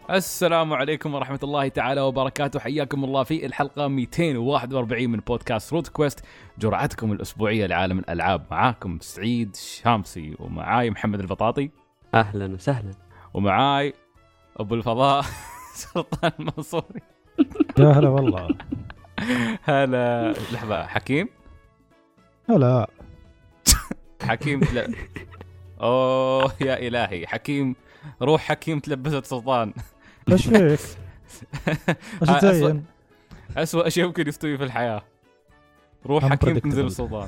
السلام عليكم ورحمة الله تعالى وبركاته. حياكم الله في الحلقة 241 من بودكاست روت كويست، جرعتكم الأسبوعية لعالم الألعاب. معاكم سعيد شامسي ومعاي محمد البطاطي. أهلا وسهلا. ومعاي أبو الفضاء سلطان المنصوري. يا هلا والله. هلا. لحظة، حكيم. هلا حكيم لا. أوه يا إلهي، حكيم روح حكيم تلبست سلطان. ايش فيك؟ ايش تزين؟ أسوأ شيء ممكن يستوي في الحياة. روح حكيم تنزل السلطان.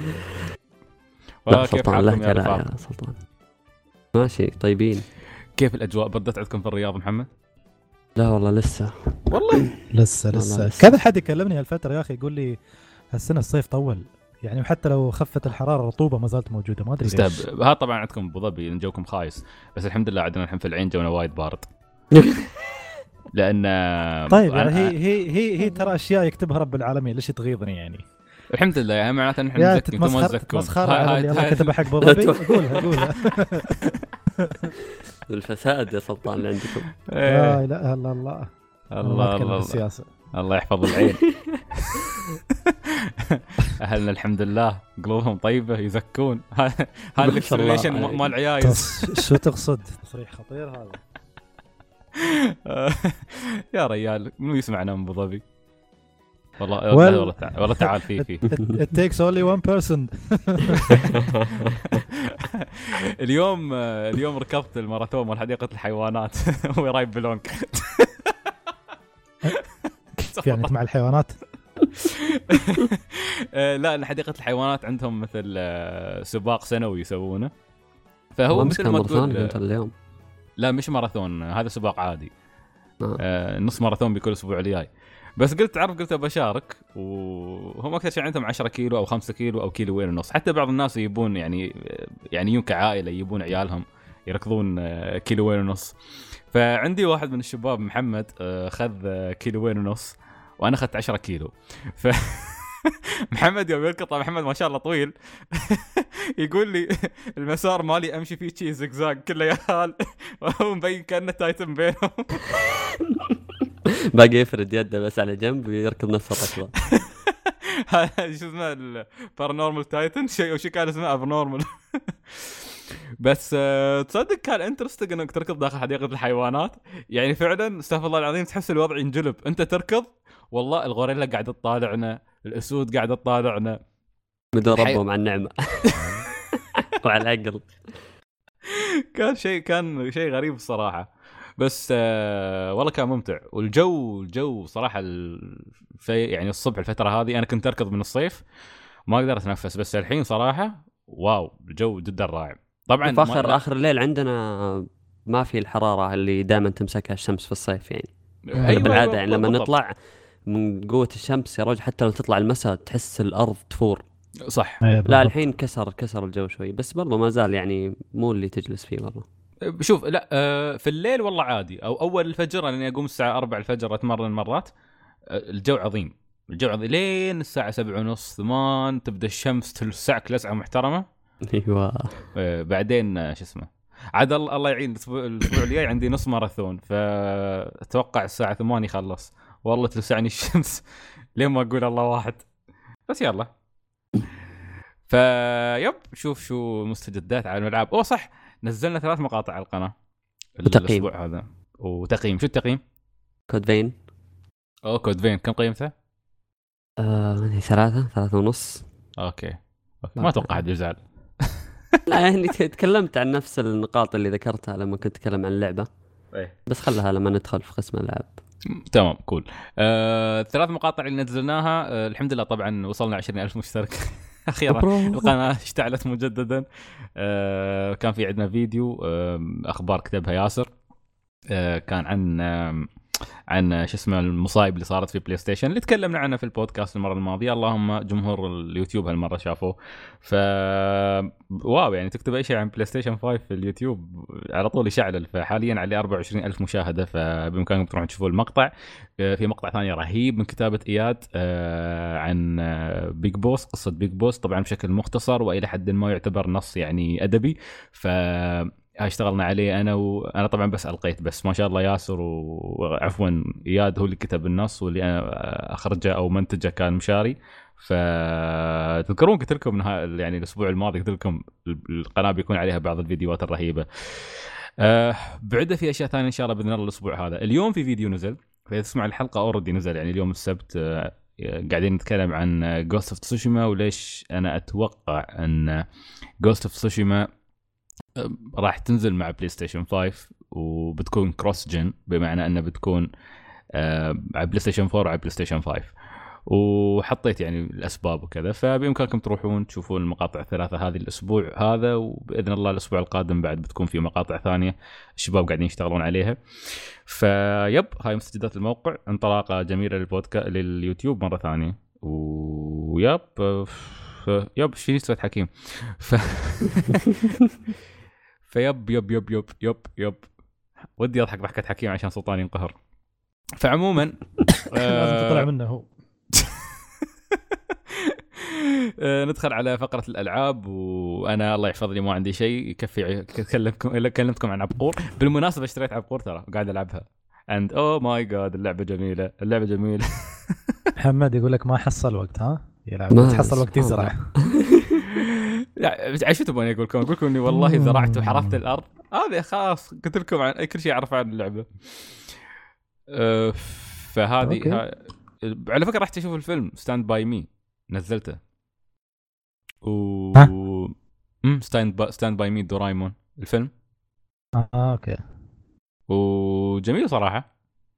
لا سلطان لك يا سلطان. ماشي طيبين. كيف الأجواء بدت عندكم في الرياض محمد؟ لا والله لسه. والله لسه. كذا حد يكلمني هالفترة يا أخي يقول لي هالسنة الصيف طول يعني، وحتى لو خفت الحرارة الرطوبة ما زالت موجودة. ما أدري ليش. ها طبعا عندكم أبو ظبي جوكم خايس، بس الحمد لله عندنا الحين في العين جونا وايد بارد. لأن طيب يعني هي ترى أشياء يكتبها رب العالمين، ليش تغيظني يعني؟ الحمد لله يعني معناته نحن يا نزكي انتم ما تزكون. مسخرة على اللي الله كتبها حق أبو ظبي. قولها الفساد يا سلطان اللي عندكم. لا إله إلا الله. الله السياسة. الله يحفظ العين. أهلنا الحمد لله قلوبهم طيبة يزكون. هذا الاكسبليشن مال عيايز. شو تقصد؟ تصريح خطير هذا. يا ريال منو يسمعنا من أبو ظبي؟ والله تعال في It takes only one person. اليوم ركضت الماراثون مال حديقة الحيوانات. وراي بلونك. يعني مع الحيوانات. لا حديقة الحيوانات عندهم مثل سباق سنوي يسوونه، فهو مثل ما تقول اليوم. لا مش ماراثون، هذا سباق عادي. نص ماراثون بكل اسبوع الجاي. بس قلت بشارك، وهم اكثر شيء عندهم 10 كيلو او 5 كيلو او كيلوين ونص. حتى بعض الناس يبون يعني يوم كعائله يبون عيالهم يركضون كيلوين ونص. فعندي واحد من الشباب محمد خذ كيلوين ونص وانا اخذت 10 كيلو. محمد يوم يركض، محمد ما شاء الله طويل، يقول لي المسار مالي امشي فيه شي زقزاق كله يا هال، وهو مبين كانه تايتن بينهم. باقي يفرد يده بس على جنب ويركض نفس الركضه. هذا شو اسمه البارانورمال تايتن، شيء كان اسمه ابنورمال. بس تصدق كان انترستنج انك تركض داخل حديقه الحيوانات. يعني فعلا استغفر الله العظيم تحس الوضع ينجلب. انت تركض والله الغوريلا قاعده تطالعنا، الاسود قاعده تطالعنا، بدون ربهم على النعمه. وعلى العقل. كان شيء غريب الصراحه. بس والله كان ممتع. والجو صراحه يعني الصبح الفتره هذه انا كنت اركض من الصيف ما اقدر اتنفس، بس الحين صراحه واو الجو جدا رائع. طبعا اخر الليل عندنا ما في الحراره اللي دائما تمسكها الشمس في الصيف يعني. أيوة بالعاده يعني لما نطلع من قوه الشمس يا رجل حتى لو تطلع المساء تحس الارض تفور. صح. لا الحين كسر الجو شوي، بس برضه ما زال يعني مو اللي تجلس فيه والله. شوف لا في الليل والله عادي، او اول الفجر انا اقوم الساعه 4 الفجر اتمرن مرات. الجو عظيم لين الساعه 7:30 8 تبدا الشمس تلسعك لسعه محترمه. ايوه. بعدين شو اسمه عاد الله يعين. الاسبوع الجاي عندي نص ماراثون، فاتوقع الساعه 8 يخلص. والله تلسعني الشمس لين ما اقول الله واحد. بس يلا فيب شوف شو مستجدات على الالعاب. اوه صح، نزلنا 3 مقاطع على القناه الاسبوع هذا. وتقييم شو التقييم؟ كود فين. كود فين كم قيمته؟ 3.5. اوكي ما اتوقع حد يزعل. لا يعني تكلمت عن نفس النقاط اللي ذكرتها لما كنت اتكلم عن اللعبه. بس خلها لما ندخل في قسم الالعاب. تمام كول. 3 مقاطع اللي نزلناها الحمد لله طبعا وصلنا 20,000 مشترك. أخيرا القناة اشتعلت مجددا. كان في عندنا فيديو أخبار كتبها ياسر. كان عن شو اسمه المصايب اللي صارت في بلاي ستيشن اللي تكلمنا عنها في البودكاست المرة الماضية. اللهم جمهور اليوتيوب هالمرة شافوه. واو يعني تكتب أي شيء عن بلاي ستيشن 5 في اليوتيوب على طول يشعل. فحاليا عليه 24,000 مشاهدة، فبإمكانكم تروحون تشوفوا المقطع. في مقطع ثاني رهيب من كتابة إياد عن بيج بوس، قصة بيج بوس طبعا بشكل مختصر وإلى حد ما يعتبر نص يعني أدبي. هاي اشتغلنا عليه انا طبعا بس القيت، بس ما شاء الله ياسر وعفوا اياد هو اللي كتب النص، واللي انا اخرجه او منتجه كان مشاري. فتذكرون قلت لكم يعني الاسبوع الماضي قلت لكم القناه بيكون عليها بعض الفيديوهات الرهيبه. بعده في اشياء ثانيه ان شاء الله باذن الله الاسبوع هذا. اليوم في فيديو نزل، فاذا تسمع الحلقه اوريدي نزل يعني اليوم السبت. قاعدين نتكلم عن جوست اوف تسوشيما، وليش انا اتوقع ان جوست اوف تسوشيما راح تنزل مع بلاي ستيشن 5 وبتكون كروس جن، بمعنى انها بتكون على بلاي ستيشن 4 وعلى بلاي ستيشن 5. وحطيت يعني الاسباب وكذا، فبامكانكم تروحون تشوفون المقاطع الثلاثه هذه الاسبوع هذا، وباذن الله الاسبوع القادم بعد بتكون في مقاطع ثانيه الشباب قاعدين يشتغلون عليها. فيب هاي مستجدات الموقع، انطلاقه جميله لليوتيوب مره ثانيه. ويب يب شي سويت حكيم فيب يب يب يب يب يب ودي اضحك ضحكه حكيم عشان سلطان ينقهر. فعموما لازم تطلع منه هو. ندخل على فقرة الألعاب، وأنا الله يحفظني ما عندي شيء يكفي كلمتكم عن عبقور. بالمناسبة اشتريت عبقور ترى وقاعد ألعبها and oh my god اللعبة جميلة، اللعبة جميلة. محمد يقول لك ما حصل وقت، ها يلعب ما تحصل وقت يزرع. لا عشان تبغون أقول لكم إني والله زرعت وحرثت الأرض، هذا خلاص قلت لكم عن كل شيء أعرف عن اللعبة. فهذه على فكرة رحت أشوف الفيلم ستاند باي مي، نزلته ستاند باي مي دورايمون الفيلم. اوكي وجميل صراحة.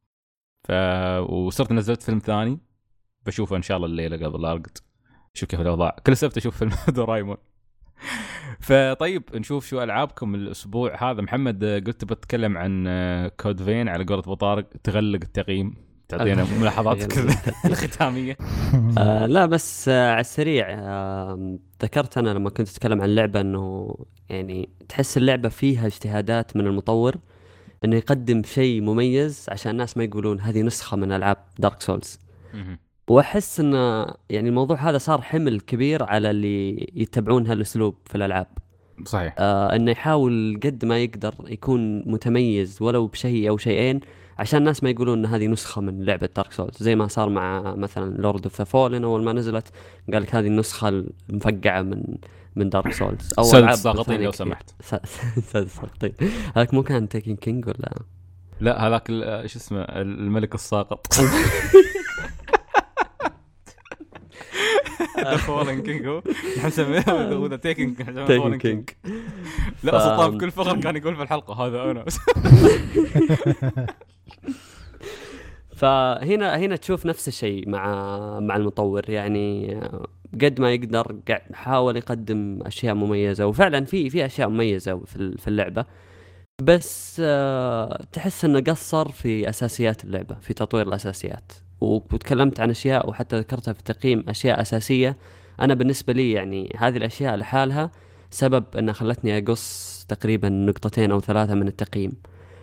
وصرت نزلت فيلم ثاني بشوفه ان شاء الله الليلة قبل لا ارقد، شوف كيف الاوضاع، كل سبت اشوف فيلم دورايمون. فطيب نشوف شو العابكم الاسبوع هذا. محمد قلت بتكلم عن كود فين، على قولة ابو طارق تغلق التقييم، تعطينا ملاحظاتك الختامية. لا بس على السريع، ذكرت أنا لما كنت أتكلم عن اللعبة أنه يعني تحس اللعبة فيها اجتهادات من المطور أنه يقدم شيء مميز عشان الناس ما يقولون هذه نسخة من ألعاب دارك سولز. وأحس أن يعني الموضوع هذا صار حمل كبير على اللي يتبعون هالأسلوب في الألعاب. صحيح. أنه يحاول قد ما يقدر يكون متميز ولو بشيء أو شيئين عشان الناس ما يقولون ان هذه نسخه من لعبه دارك سولز، زي ما صار مع مثلا لورد اوف ذا فولن اول ما نزلت قال لك هذه النسخه المفقعه من دارك سولز. او العاب ساقطين لو سمحت. ساقطين هذاك مو كان تيكن كينج ولا لا هذاك ايش اسمه الملك الساقط. ذا فولن كينج هو نسميه هو ذا تيكن كينج. لا سلطان بكل فخر كان يقول في الحلقه هذا انا. فهنا تشوف نفس الشيء مع المطور، يعني قد ما يقدر قاعد يحاول يقدم اشياء مميزه، وفعلا في اشياء مميزه في اللعبه، بس تحس انه قصر في اساسيات اللعبه، في تطوير الاساسيات. وتكلمت عن اشياء وحتى ذكرتها في التقييم، اشياء اساسيه انا بالنسبه لي يعني هذه الاشياء لحالها سبب انها خلتني اقص تقريبا 2 أو 3 من التقييم.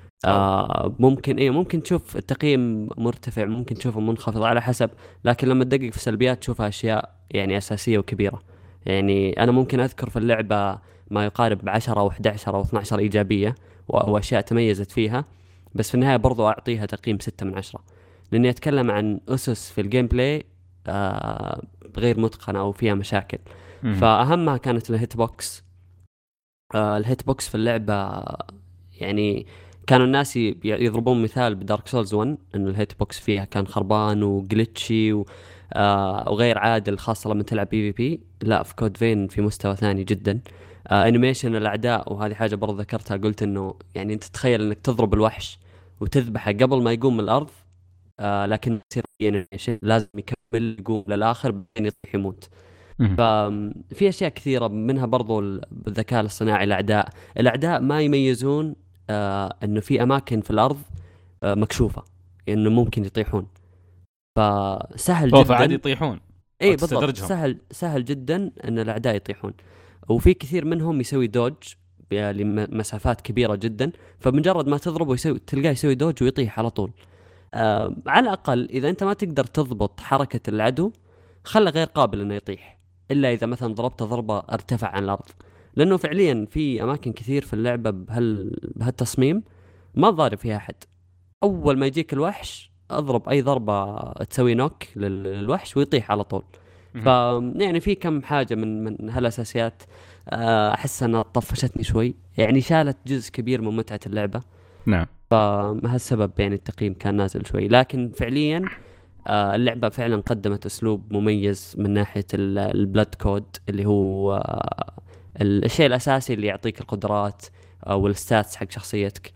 ممكن تشوف التقييم مرتفع، ممكن تشوفه منخفض على حسب، لكن لما تدقق في السلبيات تشوفها اشياء يعني اساسيه وكبيره. يعني انا ممكن اذكر في اللعبه ما يقارب 10 أو 11 أو 12 ايجابيه واشياء تميزت فيها، بس في النهايه برضو اعطيها تقييم 6 من 10، لاني اتكلم عن اسس في الجيم بلاي غير متقنه او فيها مشاكل. فاهمها كانت الهيت بوكس. الهيت بوكس في اللعبه يعني كانوا الناس يضربون مثال بدارك سولز 1 انه الهيت بوكس فيها كان خربان وجلitchy وغير عادل، خاصه لما تلعب بي في بي. لا في كود فين في مستوى ثاني جدا. انيميشن الاعداء، وهذه حاجه برضه ذكرتها، قلت انه يعني انت تتخيل انك تضرب الوحش وتذبحه قبل ما يقوم من الارض، لكن يصير انيميشن لازم يكمل يقوم للاخر بعدين يطيح يموت. ففي اشياء كثيره منها برضو الذكاء الاصطناعي. الاعداء ما يميزون انه في اماكن في الارض مكشوفه انه ممكن يطيحون، فسهل جدا فعادي يطيحون. اي بالضبط، سهل جدا ان الاعداء يطيحون. وفي كثير منهم يسوي دوج لمسافات كبيره جدا، فمجرد ما تضربه تلقاه يسوي دوج ويطيح على طول. على الاقل اذا انت ما تقدر تضبط حركه العدو خله غير قابل انه يطيح، الا اذا مثلا ضربته ضربه ارتفع عن الارض. لانه فعليا في اماكن كثير في اللعبه بهالتصميم ما ضارب فيها احد. اول ما يجيك الوحش اضرب اي ضربه تسوي نوك للوحش ويطيح على طول. يعني في كم حاجه من هالاساسيات احس انها طفشتني شوي، يعني شالت جزء كبير من متعه اللعبه. نعم. فهالسبب يعني التقييم كان نازل شوي، لكن فعليا اللعبه فعلا قدمت اسلوب مميز من ناحيه البلاد كود اللي هو الشيء الاساسي اللي يعطيك القدرات والستاتس حق شخصيتك.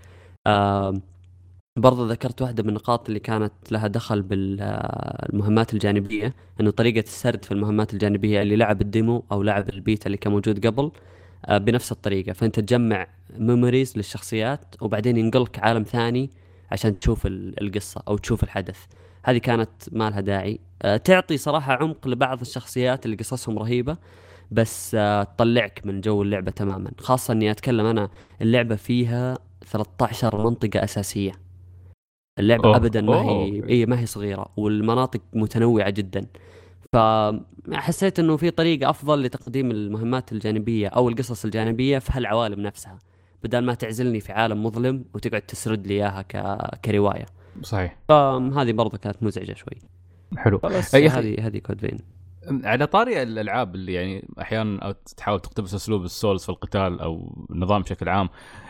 برضه ذكرت واحدة من النقاط اللي كانت لها دخل بالمهمات الجانبية، انه طريقة السرد في المهمات الجانبية اللي لعب الديمو او لعب البيتا اللي كان موجود قبل بنفس الطريقة. فانت تجمع ميموريز للشخصيات وبعدين ينقلك عالم ثاني عشان تشوف القصة او تشوف الحدث. هذه كانت ما لها داعي. تعطي صراحة عمق لبعض الشخصيات اللي قصصهم رهيبة، بس تطلعك من جو اللعبة تماما. خاصة اني اتكلم انا اللعبة فيها 13 منطقة اساسية. اللعبة أبدا ما هي صغيرة، والمناطق متنوعة جدا. فحسيت أنه في طريقة أفضل لتقديم المهمات الجانبية أو القصص الجانبية في هالعوالم نفسها، بدل ما تعزلني في عالم مظلم وتقعد تسرد لي إياها كرواية. صحيح. فهذه برضه كانت مزعجة شوي. حلو. هذه كود فين. على طاري الألعاب اللي يعني أحيانا تحاول تقتبس أسلوب السولز في القتال أو النظام بشكل عام،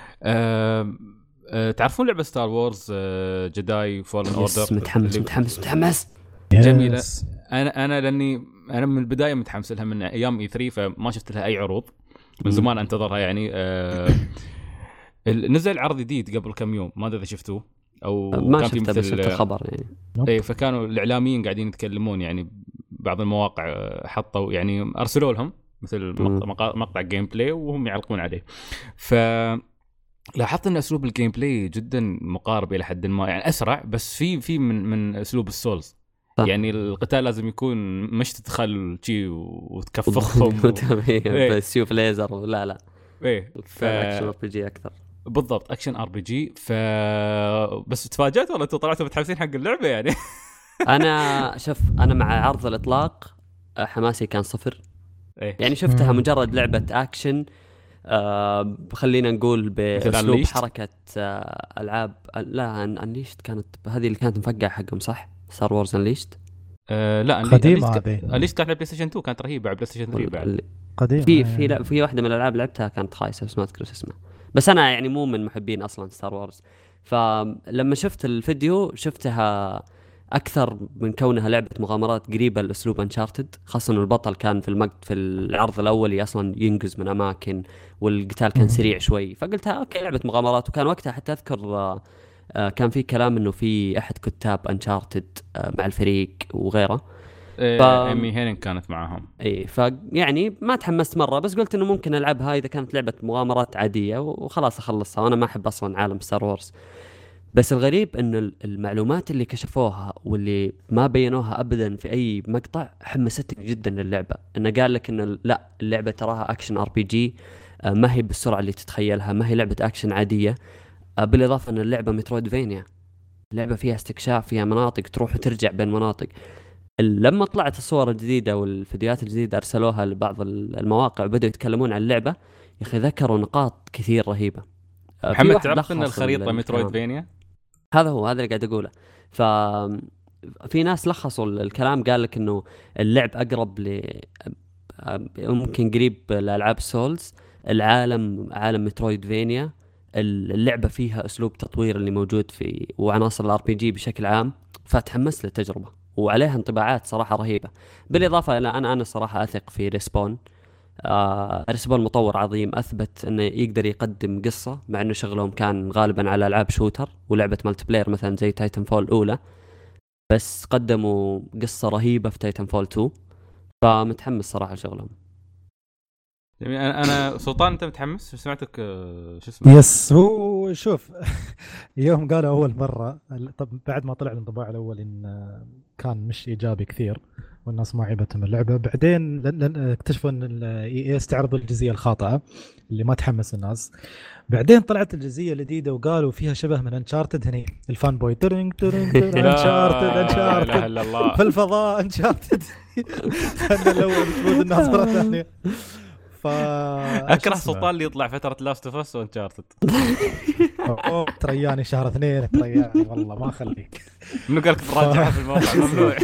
تعرفون لعبة ستار وورز جداي فولن أوردر؟ متحمس. جميلة. أنا لأني أنا من البداية متحمس لها من أيام E3، فما شفت لها أي عروض من زمان أنتظرها يعني. نزل عرض جديد قبل كم يوم، ما أدري إذا شفتوه أو ما كان في مثل بس الخبر يعني. إيه، فكانوا الإعلاميين قاعدين يتكلمون، يعني بعض المواقع حطوا يعني أرسلوا لهم مثل مقطع جيم بلاي وهم يعلقون عليه. لاحظت ان اسلوب الجيم بلاي جدا مقارب الى حد ما، يعني اسرع بس في من اسلوب السولز. يعني القتال لازم يكون مش تدخل شيء وتكفخهم بس سيوف ليزر لا ايه اكشن ار بي جي اكثر. بالضبط اكشن ار بي جي. بس تفاجأت ولا انتوا طلعتوا متحمسين حق اللعبه يعني؟ انا مع عرض الاطلاق حماسي كان صفر. يعني شفتها مجرد لعبه اكشن، خلينا نقول بأسلوب حركة ألعاب. لا أنليشت كانت هذه اللي كانت مفقعة حقهم صح؟ ستار وورز أنليشت لا قديمة. أنليشت كانت على بلاي ستيشن 2 كانت رهيبة على بلاي ستيشن 3 بعد. قديمة. في واحدة من الألعاب لعبتها كانت خايسة بس ما أذكر اسمها. بس أنا يعني مو من محبين أصلا ستار وورز، فلما شفت الفيديو شفتها أكثر من كونها لعبة مغامرات قريبة لأسلوب أنشارتد، خاصة إنه البطل كان في العرض الأولي أصلاً ينقز من أماكن والقتال كان سريع شوي، فقلتها أوكي لعبة مغامرات. وكان وقتها حتى أذكر كان في كلام إنه في أحد كتاب أنشارتد مع الفريق وغيره. إيمي هينين كانت معهم. إيه يعني ما تحمست مرة، بس قلت إنه ممكن ألعبها إذا كانت لعبة مغامرات عادية وخلاص أخلصها، وأنا ما أحب أصلاً عالم ستار وورز. بس الغريب إن المعلومات اللي كشفوها واللي ما بينوها أبدا في أي مقطع حمستني جدا للعبة. إنه قال لك إن لا، اللعبة تراها أكشن ار بي جي، ما هي بالسرعة اللي تتخيلها، ما هي لعبة أكشن عادية. بالإضافة إن اللعبة مترويدفينيا، اللعبة فيها استكشاف، فيها مناطق تروح وترجع بين مناطق. لما طلعت الصور الجديدة والفيديوهات الجديدة أرسلوها لبعض المواقع وبدأوا يتكلمون عن اللعبة، يا أخي ذكروا نقاط كثير رهيبة. محمد تعرف إن الخريطة مترويدفينيا؟ هذا اللي قاعد أقوله. في ناس لخصوا الكلام، قال لك إنه اللعب أقرب ممكن قريب لألعاب سولز. العالم عالم مترويدفينيا، اللعبة فيها أسلوب تطوير اللي موجود في وعناصر الار بي جي بشكل عام، فتحمس للتجربة وعليها انطباعات صراحة رهيبة. بالإضافة إلى أنا صراحة أثق في ريسبون. ريسبون مطور عظيم، أثبت أنه يقدر يقدم قصة مع أنه شغلهم كان غالبا على ألعاب شوتر ولعبة مالتي بلاير مثلا زي تايتن فول الأولى، بس قدموا قصة رهيبة في تايتن فول 2. فمتحمس صراحة لشغلهم. أنا سلطان أنت متحمس؟ سمعتك شو اسمه؟ يس. هو شوف يوم قالوا أول مرة، طب بعد ما طلع الانطباع الأول إن كان مش إيجابي كثير والناس ما عجبتهم اللعبة، بعدين اكتشفوا ان EA استعرضوا الجزئية الخاطئة اللي ما تحمس الناس. بعدين طلعت الجزئية الجديدة وقالوا فيها شبه من انشارتد. هني الفان بوي ترينج انشارتد في الفضاء انشارتد. انا الاول تفوز الناس مرة ثانية. اكره سلطان اللي يطلع فتره لاست اوف اس وانشارتد. ترياني شهر 2 ترياني والله ما اخليك. منو قال لك تراجعها في الموقع؟ ممنوع.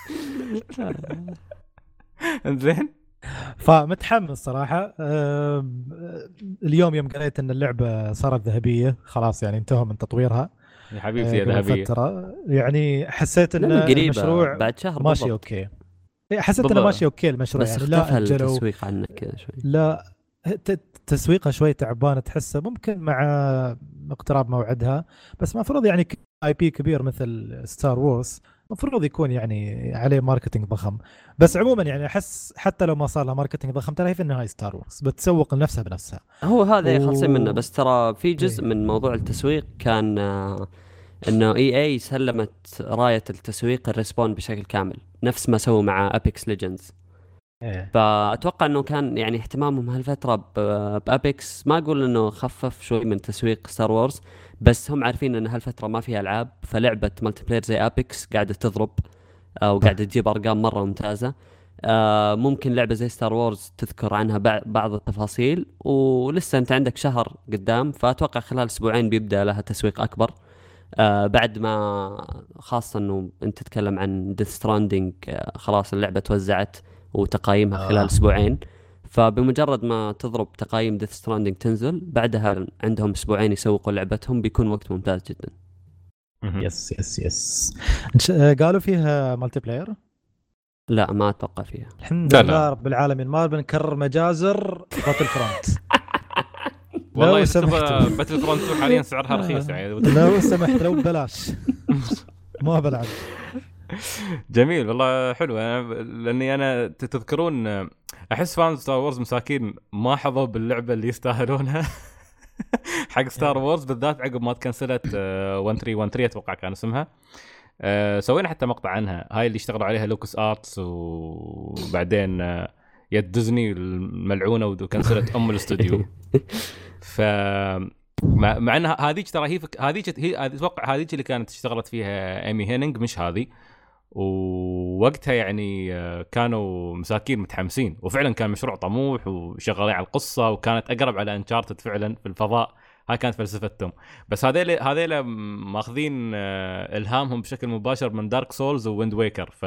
انزين فمتحمس صراحه. اليوم يوم قريت ان اللعبه صارت ذهبيه خلاص، يعني انتهوا من تطويرها يا حبيبتي يا ذهبيه. يعني حسيت ان المشروع بعد شهر ماشي اوكي. حسيت انه ماشي اوكي المشروع، بس يعني لا التسويق عنك كذا شوي. لا تسويقها شوي تعبان تحسه، ممكن مع اقتراب موعدها، بس المفروض يعني اي بي كبير مثل ستار وورز المفروض يكون يعني عليه ماركتينج ضخم. بس عموما يعني احس حتى لو ما صار لها ماركتينج ضخم ترى هي في النهايه ستار وورز بتسوق لنفسها بنفسها. هو هذا يخلصين منه، بس ترى في جزء من موضوع التسويق كان انه اي سلمت رايه التسويق الريسبون بشكل كامل نفس ما سووا مع ابيكس ليجندز. فأتوقع أنه كان يعني اهتمامهم هالفترة بأبيكس، ما أقول أنه خفف شوي من تسويق ستار وورز، بس هم عارفين أن هالفترة ما فيها ألعاب، فلعبة مالتي بلاير زي أبيكس قاعدة تضرب وقاعدة تجيب أرقام مرة ممتازة. ممكن لعبة زي ستار وورز تذكر عنها بعض التفاصيل، ولسه أنت عندك شهر قدام، فأتوقع خلال أسبوعين بيبدأ لها تسويق أكبر. بعد ما خاصة أنه أنت تتكلم عن ديث ستراندينج، خلاص اللعبة توزعت وتقايمها خلال أسبوعين، فبمجرد ما تضرب تقايم ديث ستراندينج تنزل بعدها عندهم أسبوعين يسوقوا لعبتهم، بيكون وقت ممتاز جدا. يس قالوا فيها مالتي بلاير؟ لا ما أتوقع فيها. الحمد لله رب العالمين، ما بنكرر مجازر باتل فرونت. والله باتل فرونت حاليا سعرها رخيص يعني لو سمحت لو ببلاش ما بلعب. جميل والله حلو. لاني انا تذكرون احس فان ستار وورز مساكين ما حظوا باللعبه اللي يستاهلونها حق ستار وورز بالذات عقب ما تكنسلت 1313 اتوقع كان اسمها. سوينا حتى مقطع عنها، هاي اللي اشتغلوا عليها لوكس آرتس وبعدين يد ديزني الملعونه وكنسلت الاستوديو. ف مع انها هذيك ترى هي اتوقع هذيك اللي كانت اشتغلت فيها ايمي هينينج مش هذه، ووقتها يعني كانوا مساكين متحمسين، وفعلا كان مشروع طموح وشغالين على القصه، وكانت اقرب على انشارتد فعلا في الفضاء. هاي كانت فلسفتهم. بس هذيل ماخذين الهامهم بشكل مباشر من دارك سولز وويند ويكر. ف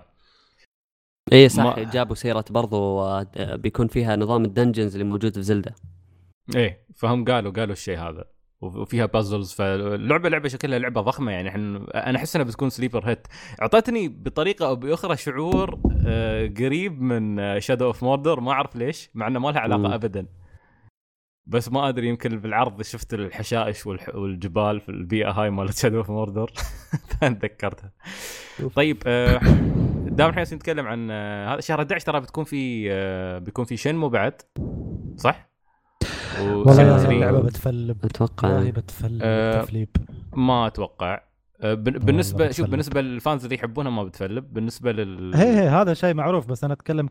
ايه صح، جابوا سيرة برضو بيكون فيها نظام الدنجنز اللي موجود في زلدة. ايه فهم قالوا الشيء هذا، وفيها بازلز. فاللعبه شكلها لعبه ضخمه يعني. انا احس انها بتكون سليبر هيت. اعطتني بطريقه او باخرى شعور قريب من شادو اوف موردر، ما اعرف ليش، مع انه ما لها علاقه ابدا، بس ما ادري يمكن بالعرض شفت الحشائش والجبال في البيئه هاي مالت شادو اوف موردر فانذكرتها. طيب دام احنا نتكلم عن هذا شهر 11 ترى بيكون في شنمو بعد صح؟ والله اللعبه بتفلب اتوقع. تفليب ما اتوقع. بالنسبه للفانز اللي يحبونها ما بتفلب. بالنسبه هي هذا شيء معروف، بس انا اتكلم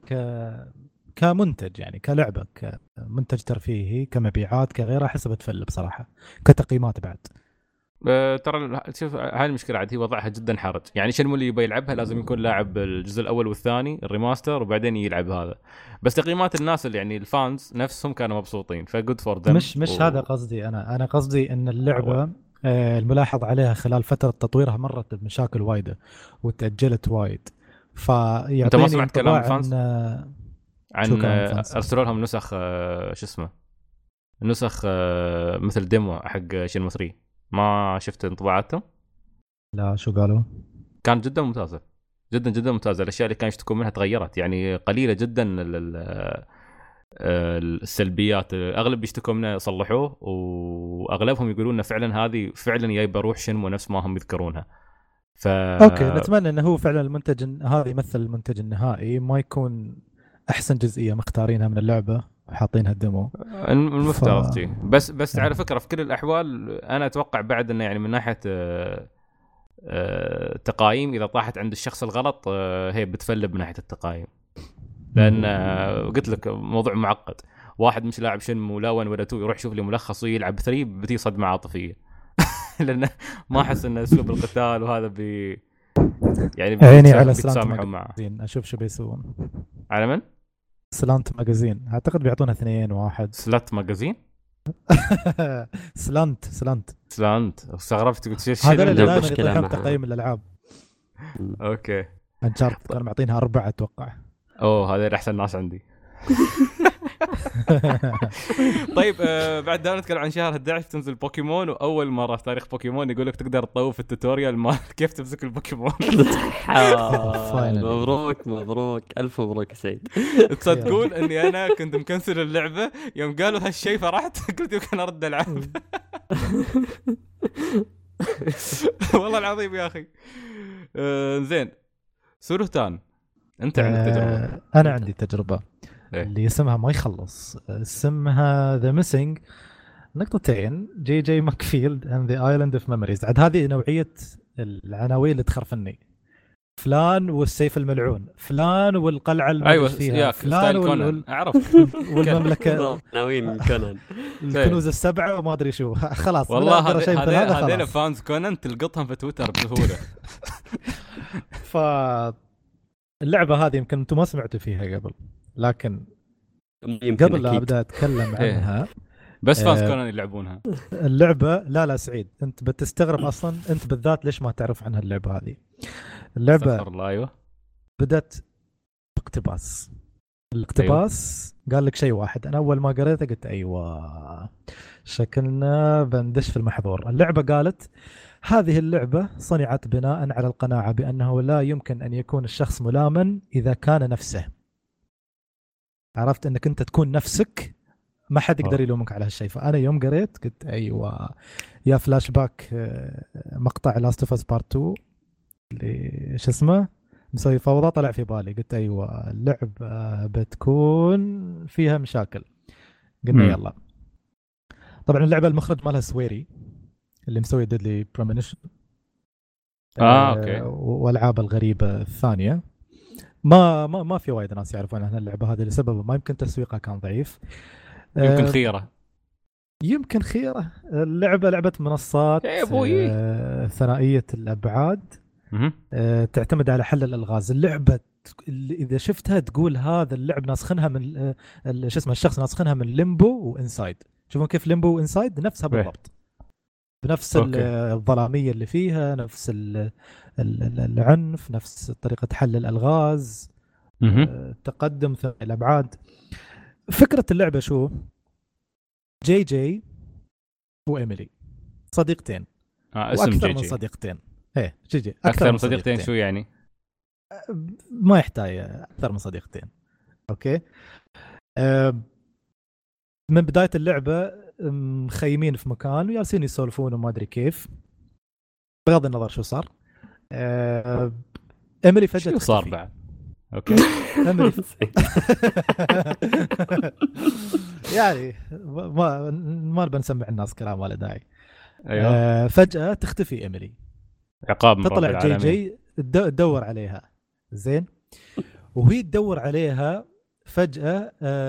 كمنتج يعني، كلعبه كمنتج ترفيهي كمبيعات كغيرها، احس بتفلب صراحه كتقييمات بعد. ترى شوف هاي المشكله عاد هي وضعها جدا حرج يعني. شنمو اللي يبي يلعبها لازم يكون لاعب الجزء الاول والثاني الريماستر وبعدين يلعب هذا. بس تقييمات الناس اللي يعني الفانز نفسهم كانوا مبسوطين، فجود فور ذم. مش هذا قصدي. انا قصدي ان اللعبه الملاحظ عليها خلال فتره تطويرها مرت بمشاكل وايده وتاجلت وايد. فيعطيني انت ما سمعت كلام الفانز عن ارسلوا لهم نسخ شو اسمه نسخ مثل ديمو حق شنمو 3؟ ما شفت انطباعاتهم؟ لا شو قالوا؟ كانت جدا ممتازه، جدا جدا ممتازه. الاشياء اللي كانوا يشتكون منها تغيرت يعني، قليله جدا السلبيات. اغلب يشتكوا منها صلحوه، واغلبهم يقولون فعلا هذه فعلا جايبه روح شنمو نفس ما هم يذكرونها. اوكي نتمنى انه هو فعلا المنتج هذا يمثل المنتج النهائي، ما يكون احسن جزئيه مختارينها من اللعبه وحاطينها الديمو المفترض شيء. بس على فكره في كل الاحوال انا اتوقع بعد انه يعني من ناحيه تقايم اذا طاحت عند الشخص الغلط هي بتفلب من ناحيه التقايم، لان قلت لك موضوع معقد. واحد مش لاعب شنمو لا 1 ولا 2 يروح يشوف لي ملخص ويلعب 3 بتي صدمه عاطفيه لان ما احس ان اسلوب القتال وهذا يعني عيني على سلامتهم معه. اشوف شو بيسوون. على من سلانت ماجازين اعتقد بيعطونا 2-1. سلات ماجازين. سلانت استغربت قلت شيء هذا اللي عندهم دائما مشكلة يطيحون مع- تقييم الالعاب. اوكي. انشارت كانوا معطينها 4 اتوقع. اوه هذا احسن ناس عندي. طيب بعد ده نتكلم عن شهر 11 تنزل بوكيمون، واول مره في تاريخ بوكيمون يقول لك تقدر تطوف التوتوريال ما كيف تمسك البوكيمون. مبروك الف مبروك يا سعيد. تصدقون اني انا كنت مكنسل اللعبه يوم قالوا هالشيء فرحت قلت يمكن ارد العب. والله العظيم يا اخي. زين سورتان انت عندك تجربه؟ انا عندي تجربه إيه؟ اللي اسمها ما يخلص، اسمها ذا ميسنج نقطتين جي جي ماكفيلد اند ذا ايلاند اوف ميموريز. عاد هذه نوعيه العناوين اللي تخرفني، فلان والسيف الملعون، فلان والقلعه اللي ايوه فيها، فلان اعرف والمملكه ناويين كونان الكنوز السبعه وما ادري شو. خلاص والله هذول فانز كونان تلقطهم في تويتر بسهوله. اللعبة هذه يمكن انتم ما سمعتوا فيها قبل، لكن يمكن قبل لا أكيد. ابدا اتكلم عنها بس فانز كونان يلعبونها اللعبة. لا سعيد انت بتستغرب اصلا انت بالذات ليش ما تعرف عنها اللعبة هذه. اللعبة ايوه بدت باقتباس. الاقتباس قال لك شيء واحد، انا اول ما قريته قلت ايوه شكلنا بندش في المحظور. اللعبة قالت هذه اللعبة صنعت بناء على القناعة بأنه لا يمكن أن يكون الشخص ملاما إذا كان نفسه. عرفت أنك أنت تكون نفسك، ما حد يقدر يلومك على هالشيء. فأنا يوم قريت قلت أيوة، يا فلاش باك مقطع لاست اوف اس بارت 2 اللي شو اسمه مسوي فوضى طلع في بالي. قلت أيوة اللعبة بتكون فيها مشاكل. قلنا يلا. طبعا اللعبة المخرج مالها سويري اللي مسوي ديدلي بريمونيشن اوكي والالعاب الغريبه الثانيه. ما في وايد ناس يعرفون عن اللعبه هذه لسبب ما يمكن تسويقها كان ضعيف، يمكن خيره. اللعبه لعبه منصات ثنائيه الابعاد، تعتمد على حل الالغاز. اللعبه اللي اذا شفتها تقول هذا اللعب ناسخنها من شو اسمه الشخص ناسخنها من ليمبو وانسايد. شوفون كيف ليمبو وانسايد نفسها بالضبط، بنفس الظلاميه اللي فيها، نفس العنف، نفس طريقه حل الالغاز، تقدم في الابعاد. فكره اللعبه شو؟ جي جي وايميلي صديقتين اسم واكثر جي من جي. صديقتين. ايه جي جي اكثر من صديقتين شو يعني؟ ما يحتاج اكثر من صديقتين. اوكي. من بدايه اللعبه مخيمين في مكان وجالسين يسولفون وما ادري كيف، بغض النظر شو صار. ايميلي فجاه شو صار بعد؟ اوكي. ايميلي يعني ما بنسمع الناس كلام ولا داعي. ايوه. فجاه تختفي ايميلي، عقاب من تطلع رب جي العالمين. جي تدور عليها. زين. وهي تدور عليها فجأة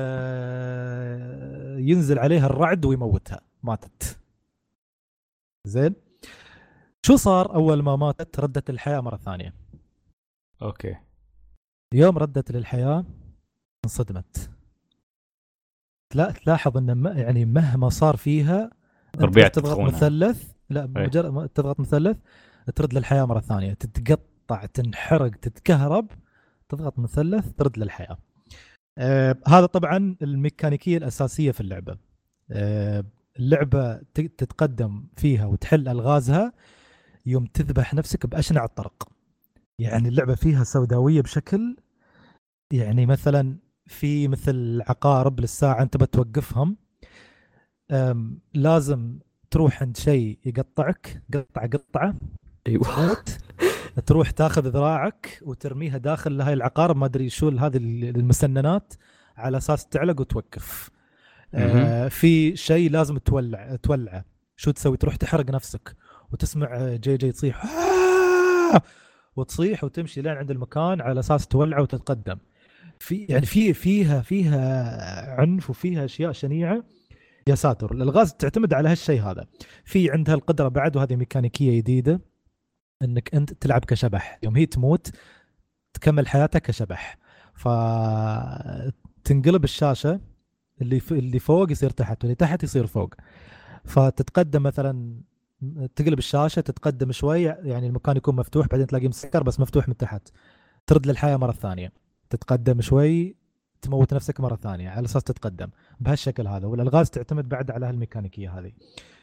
ينزل عليها الرعد ويموتها، ماتت. زين. شو صار أول ما ماتت؟ ردت للحياة مرة ثانية. اوكي. يوم ردت للحياة انصدمت. لا تلاحظ ان يعني مهما صار فيها تضغط مثلث، لا مجرد ما تضغط مثلث ترد للحياة مرة ثانية، تتقطع تنحرق تتكهرب، تضغط مثلث ترد للحياة. هذا طبعا الميكانيكية الأساسية في اللعبة. اللعبة تتقدم فيها وتحل ألغازها يوم تذبح نفسك بأشنع الطرق. يعني اللعبة فيها سوداوية بشكل، يعني مثلا في مثل عقارب للساعة أنت بتوقفهم، لازم تروح عند شيء يقطعك قطعة. أيوة. تروح تاخذ ذراعك وترميها داخل هاي العقارب ما أدري شو هذه المسننات على أساس تعلق وتوقف. في شيء لازم تولعه. شو تسوي؟ تروح تحرق نفسك وتسمع جي جي تصيح وتصيح وتمشي لين عند المكان على أساس تولعه وتتقدم. يعني فيها عنف وفيها أشياء شنيعة يا ساتر. الألغاز تعتمد على هالشيء هذا. في عندها القدرة بعد، وهذه ميكانيكية جديدة، انك انت تلعب كشبح. يوم هي تموت تكمل حياتك كشبح، تنقلب الشاشه، اللي فوق يصير تحت واللي تحت يصير فوق. فتتقدم مثلا، تقلب الشاشه تتقدم شوي، يعني المكان يكون مفتوح بعدين تلاقيه مسكر بس مفتوح من تحت، ترد للحياه مره ثانيه، تتقدم شوي تموت نفسك مره ثانيه على اساس تتقدم بهالشكل هذا. والالغاز تعتمد بعد على هالميكانيكيه هذه.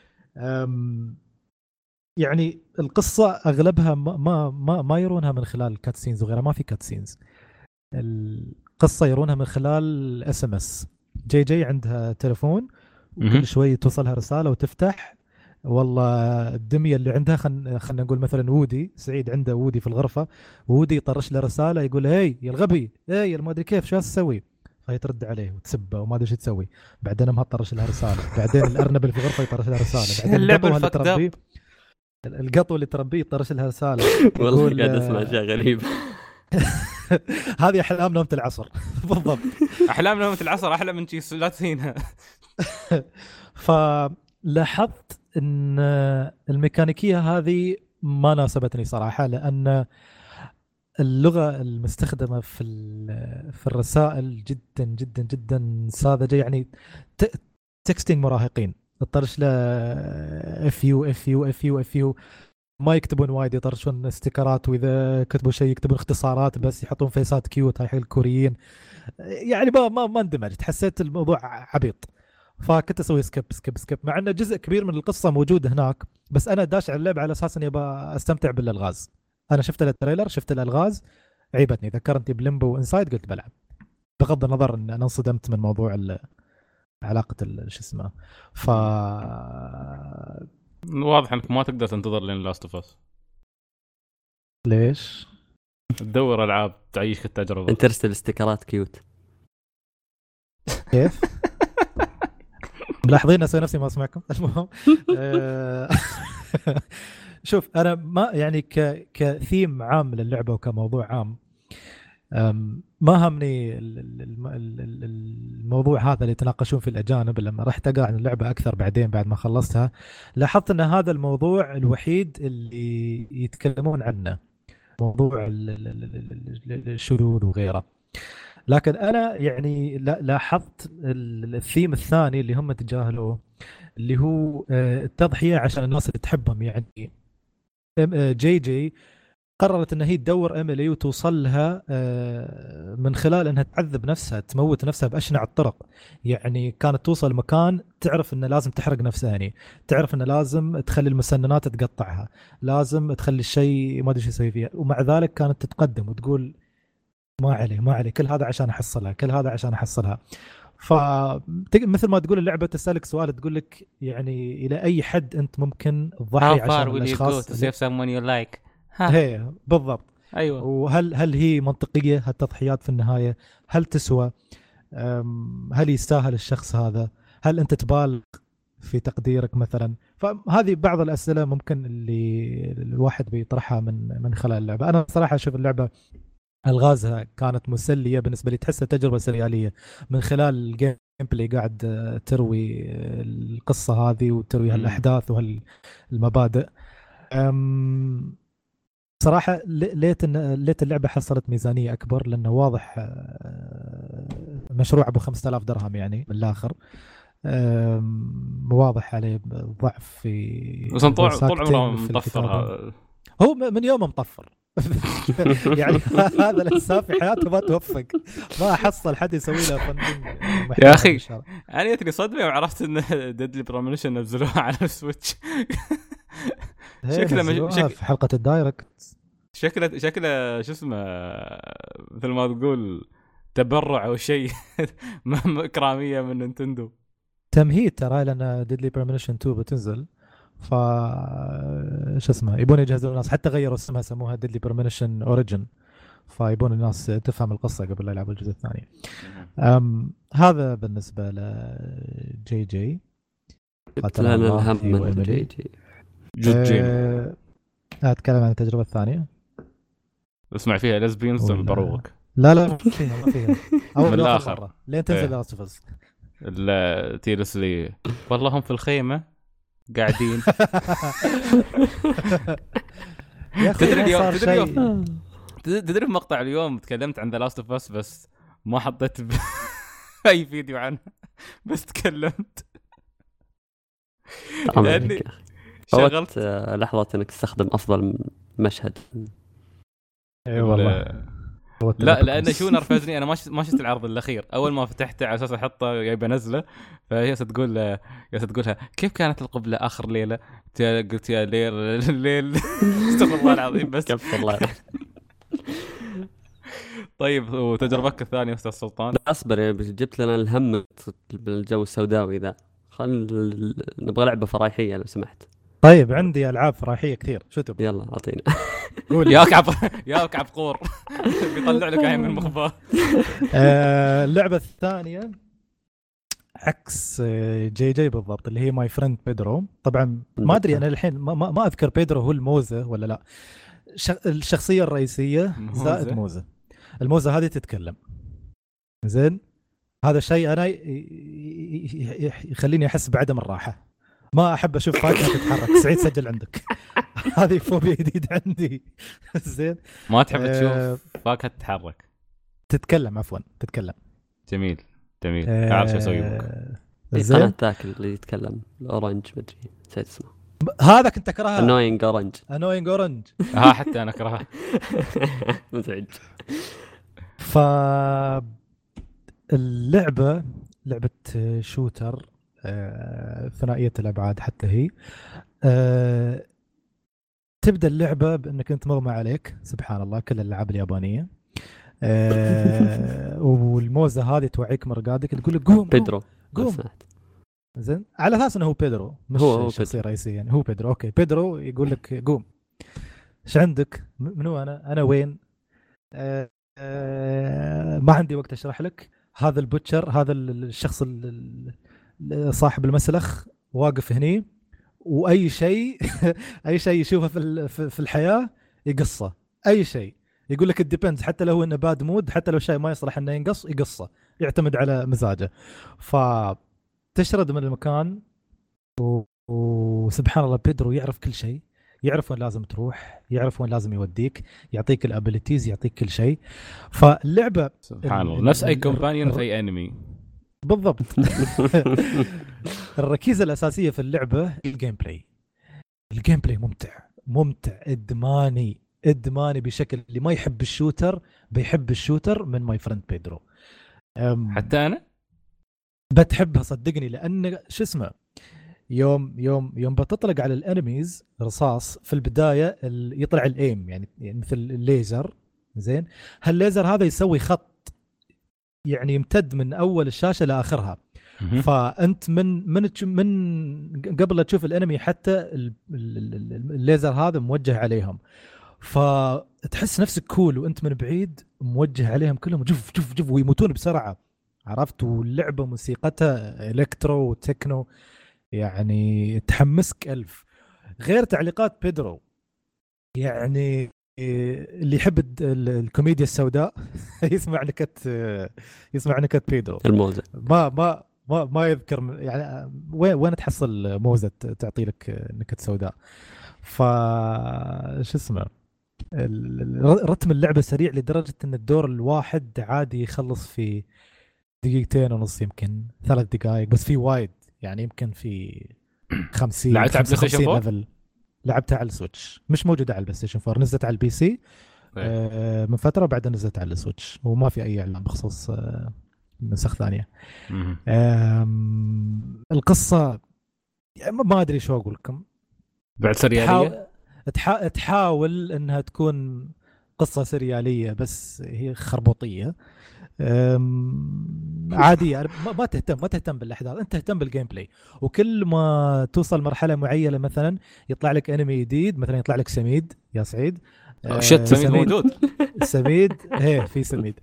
يعني القصه اغلبها ما يرونها من خلال كاتسينز وغيرها، ما في كاتسينز. القصه يرونها من خلال اس ام اس. جي عندها تلفون وكل شوي توصلها رساله وتفتح، والله الدميه اللي عندها خلينا نقول مثلا وودي سعيد عنده وودي في الغرفه، وودي يطرش له رساله يقول هي يا الغبي، هي ما ادري كيف شو تسوي، فهي ترد عليه وتسبه وما ادري ايش تسوي. بعدين ما طرش لها رساله، بعدين الارنب اللي في الغرفه يطرش لها رساله، بعدين القطو اللي تربيه يطرش لها رساله. والله قاعد اسمع اشياء غريبه. هذه احلام نومة العصر. بالضبط، احلام نومة العصر احلى من شيء لا تهينها. فلاحظت ان الميكانيكيه هذه ما ناسبتني صراحه، لان اللغه المستخدمه في الرسائل جدا جدا جدا ساذجه. يعني تكستينج مراهقين، تطرش له اف يو ما يكتبون وايد، يطرشون استيكرات، واذا كتبوا شيء يكتبون اختصارات بس، يحطون فيسات كيوت هاي الكوريين. يعني ما اندمجت، حسيت الموضوع عبيط، فكنت اسوي سكيب مع انه جزء كبير من القصه موجود هناك، بس انا داش على اللعبه على اساس اني ابى استمتع بالالغاز. انا شفت التريلر، شفت الالغاز، عيبتني، ذكرتني بليمبو وانسايد، قلت بلعب، بغض النظر ان انا انصدمت من موضوع علاقه شو اسمه. واضح انك ما تقدر تنتظر لين لاست اوف اس. ليش؟ تدور العاب تعيشك التجربه، انت ترسل استيكرات كيوت كيف؟ ملاحظين اسوي نفسي ما اسمعكم. المهم شوف انا ما يعني كثيم عام للعبه وكموضوع عام، ما همني الموضوع هذا اللي يتناقشون في الأجانب. لما رحت أقرأ عن اللعبة أكثر بعدين بعد ما خلصتها، لاحظت أن هذا الموضوع الوحيد اللي يتكلمون عنه، موضوع الشذوذ وغيره. لكن أنا يعني لاحظت الثيم الثاني اللي هم تجاهلوه، اللي هو التضحية عشان الناس اللي تحبهم. يعني جي قررت ان هي تدور ايميلي وتوصل لها من خلال انها تعذب نفسها، تموت نفسها باشنع الطرق. يعني كانت توصل مكان تعرف انه لازم تحرق نفسها، يعني تعرف انه لازم تخلي المسننات تقطعها، لازم تخلي الشيء ما ادري ايش يسوي فيها، ومع ذلك كانت تتقدم وتقول ما علي كل هذا عشان احصلها. فمثل ما تقول اللعبه تسالك سؤال، تقول لك يعني الى اي حد انت ممكن تضحي عشان الاشخاص هي بالضبط. ايوه، وهل هي منطقيه هالتضحيات في النهايه؟ هل تسوى؟ هل يستاهل الشخص هذا؟ هل انت تبالغ في تقديرك مثلا؟ فهذه بعض الاسئله ممكن اللي الواحد بيطرحها من خلال اللعبه. انا صراحه اشوف اللعبه الغازها كانت مسليه بالنسبه لي، تحسها تجربه سرياليه من خلال الجيم بلاي، قاعد تروي القصه هذه وتروي هالاحداث وهالمبادئ. صراحة ليت اللعبة حصلت ميزانية أكبر، لأنه واضح مشروع أبو 5000 درهم يعني من الآخر، واضح عليه ضعف في بس طول عمره مطفر. هو من يوم مطفر. يعني هذا الإنسان في حياته ما توفق، ما حصل حد يسوي له فندنج. يا أخي أنا جتني صدمة وعرفت إن ديدلي بريمونيشن نزلوها على السويتش. شكله في حلقة الدايركت، شكله شو اسمه، مثل ما تقول تبرع او شيء. إكرامية من نينتندو، تمهيد ترى، لان ديدلي بريمونيشن 2 بتنزل، ف شو اسمه يبون يجهزون الناس، حتى غيروا اسمها سموها ديدلي بريمونيشن اوريجن، فيبون الناس تفهم القصة قبل لا يلعبوا الجزء الثاني. هذا بالنسبة لجي. قتلنا الهم من جي. أتكلم عن التجربة الثانية، اسمع فيها لزبينز بروك. لا ما فيها من الآخر لين تنزل لاست اوف اس. تيرس لي والله هم في الخيمة قاعدين. تدري في مقطع اليوم تكلمت عن ذا لاست اوف اس، بس ما حطيت اي فيديو عنها بس تكلمت يعني شغلت لحظة انك تستخدم افضل مشهد. اي والله. لا لان شو نرفزني انا ما شفت العرض الاخير. اول ما فتحته على اساس احطه جايبه نزله، فهي تقولها كيف كانت القبله اخر ليله؟ قلت يا ليل استغفر الله العظيم بس كف الله. طيب وتجربتك الثانيه استاذ سلطان؟ اصبر يعني جبت لنا الهم بالجو السوداوي ذا. نبغى لعبة فرايحية لو سمحت. طيب عندي العاب فرايحيه كثير، شو تبغى؟ يلا اعطينا. قول يا كعب قور بيطلع لك عين من المخبار. اللعبه الثانيه عكس جي بالضبط، اللي هي ماي فريند بيدرو. طبعا ما ادري انا الحين ما اذكر بيدرو هو الموزه ولا لا. الشخصيه الرئيسيه زائد موزه. الموزه هذه تتكلم زين. هذا الشيء انا يخليني احس بعدم الراحه. ما احب اشوف فاكهه تتحرك. سعيد سجل عندك. هذه فوبيا جديده عندي. زين. ما تحب تشوف فاكهه تتحرك؟ تتكلم. جميل تعال شو اسوي زين. انا تاكل اللي يتكلم الاورنج مدري نسيت اسمه. هذا كنت اكرهها. انوينج اورنج. ها حتى انا اكرهها. مزعج. اللعبه لعبه شوتر ثنائيه الابعاد حتى هي. تبدا اللعبه بانك انت مغمى عليك، سبحان الله كل الالعاب اليابانيه. والموزه هذه توعيك مرقادك تقول لك قوم بيدرو قوم. زين على اساس انه هو بيدرو مش هو شخصيه رئيسيه يعني. هو بيدرو. اوكي بيدرو يقول لك قوم. ايش عندك؟ منو انا وين؟ ما عندي وقت اشرح لك. هذا البوتشر، هذا الشخص صاحب المسلخ واقف هني، واي شيء اي شيء يشوفه في الحياه يقصه. اي شيء يقول لك الديبندز، حتى لو انه باد مود، حتى لو شيء ما يصلح انه يقصه، يعتمد على مزاجه. فتشرد من المكان وسبحان الله بيدرو يعرف كل شيء، يعرف وين لازم تروح، يعرف وين لازم يوديك، يعطيك الابيليتيز، يعطيك كل شيء. فاللعبه سبحان الله نفس اي كومبانيون في اي انمي بالضبط. الركيزه الاساسيه في اللعبه الجيم بلاي ممتع ادماني بشكل اللي ما يحب الشوتر بيحب الشوتر من ماي فريند بيدرو. حتى انا بتحبها صدقني، لان شو اسمه يوم بتطلق على الانميز رصاص في البدايه يطلع الايم يعني مثل الليزر. زين هالليزر هذا يسوي خط يعني يمتد من اول الشاشه لاخرها. فانت من قبل لا تشوف الانمي حتى الليزر هذا موجه عليهم، فتحس نفسك كول وانت من بعيد موجه عليهم كلهم جف ويموتون بسرعه. عرفت؟ واللعبه موسيقتها الكترو وتكنو يعني تحمسك ألف. غير تعليقات بيدرو يعني اللي يحب الكوميديا السوداء يسمع نكت بيدرو الموزة. ما يذكر يعني وين تحصل موزة تعطي لك نكت سوداء. شو اسمه رتم اللعبة سريع لدرجة ان الدور الواحد عادي يخلص في 2.5 يمكن 3 دقائق، بس في وايد يعني يمكن في 50 لعبت على بلاي ستيشن 4؟ لعبتها على السويتش، مش موجودة على البلاي ستيشن 4، نزلت على البي سي من فترة بعدين نزلت على السويتش، وما في أي إعلان بخصوص نسخ ثانية. القصة ما أدري شو أقول لكم. بعد سريالية تحاول أنها تكون قصة سريالية بس هي خربوطية عادية. ما تهتم بالأحداث، أنت تهتم بالجيم بلاي. وكل ما توصل مرحلة معينة مثلا يطلع لك أنمي جديد، مثلا يطلع لك سميد يا سعيد. سميد موجود. سميد في سميد.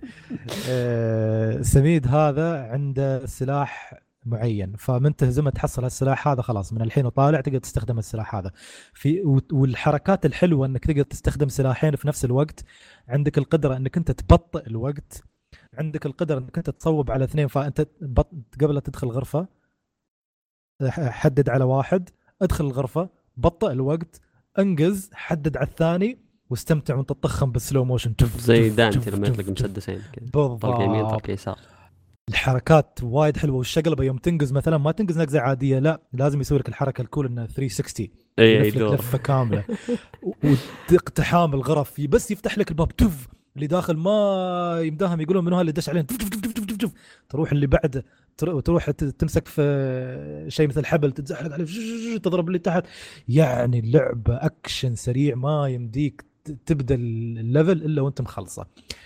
سميد هذا عنده سلاح معين، فمن تهزمه تحصل هالسلاح هذا خلاص من الحين وطالع تقدر تستخدم السلاح هذا والحركات الحلوة انك تقدر تستخدم سلاحين في نفس الوقت. عندك القدرة انك انت تبطئ الوقت، عندك القدرة انك انت تصوب على 2. فانت قبل لا تدخل غرفة حدد على 1، ادخل الغرفة بطئ الوقت، انقز حدد على الثاني واستمتع وانت تطخم بالسلو موشن. زي دانتي لما يطلق مسدسين كذا، طلق يمين طلق يسار. الحركات وايد حلوه، والشقلبه يوم تنقز مثلا ما تنقز نقزه عاديه، لا لازم يسوي لك الحركه الكول انه 360 يلف لك لفه كامله واقتحام الغرف، بس يفتح لك الباب تف اللي داخل ما يمداهم يقولون منو اللي دش علينا، تروح اللي بعده، تروح تمسك في شيء مثل حبل تتزحلق عليه تضرب اللي تحت. يعني اللعبه اكشن سريع ما يمديك تبدا الليفل الا وانت مخلصه.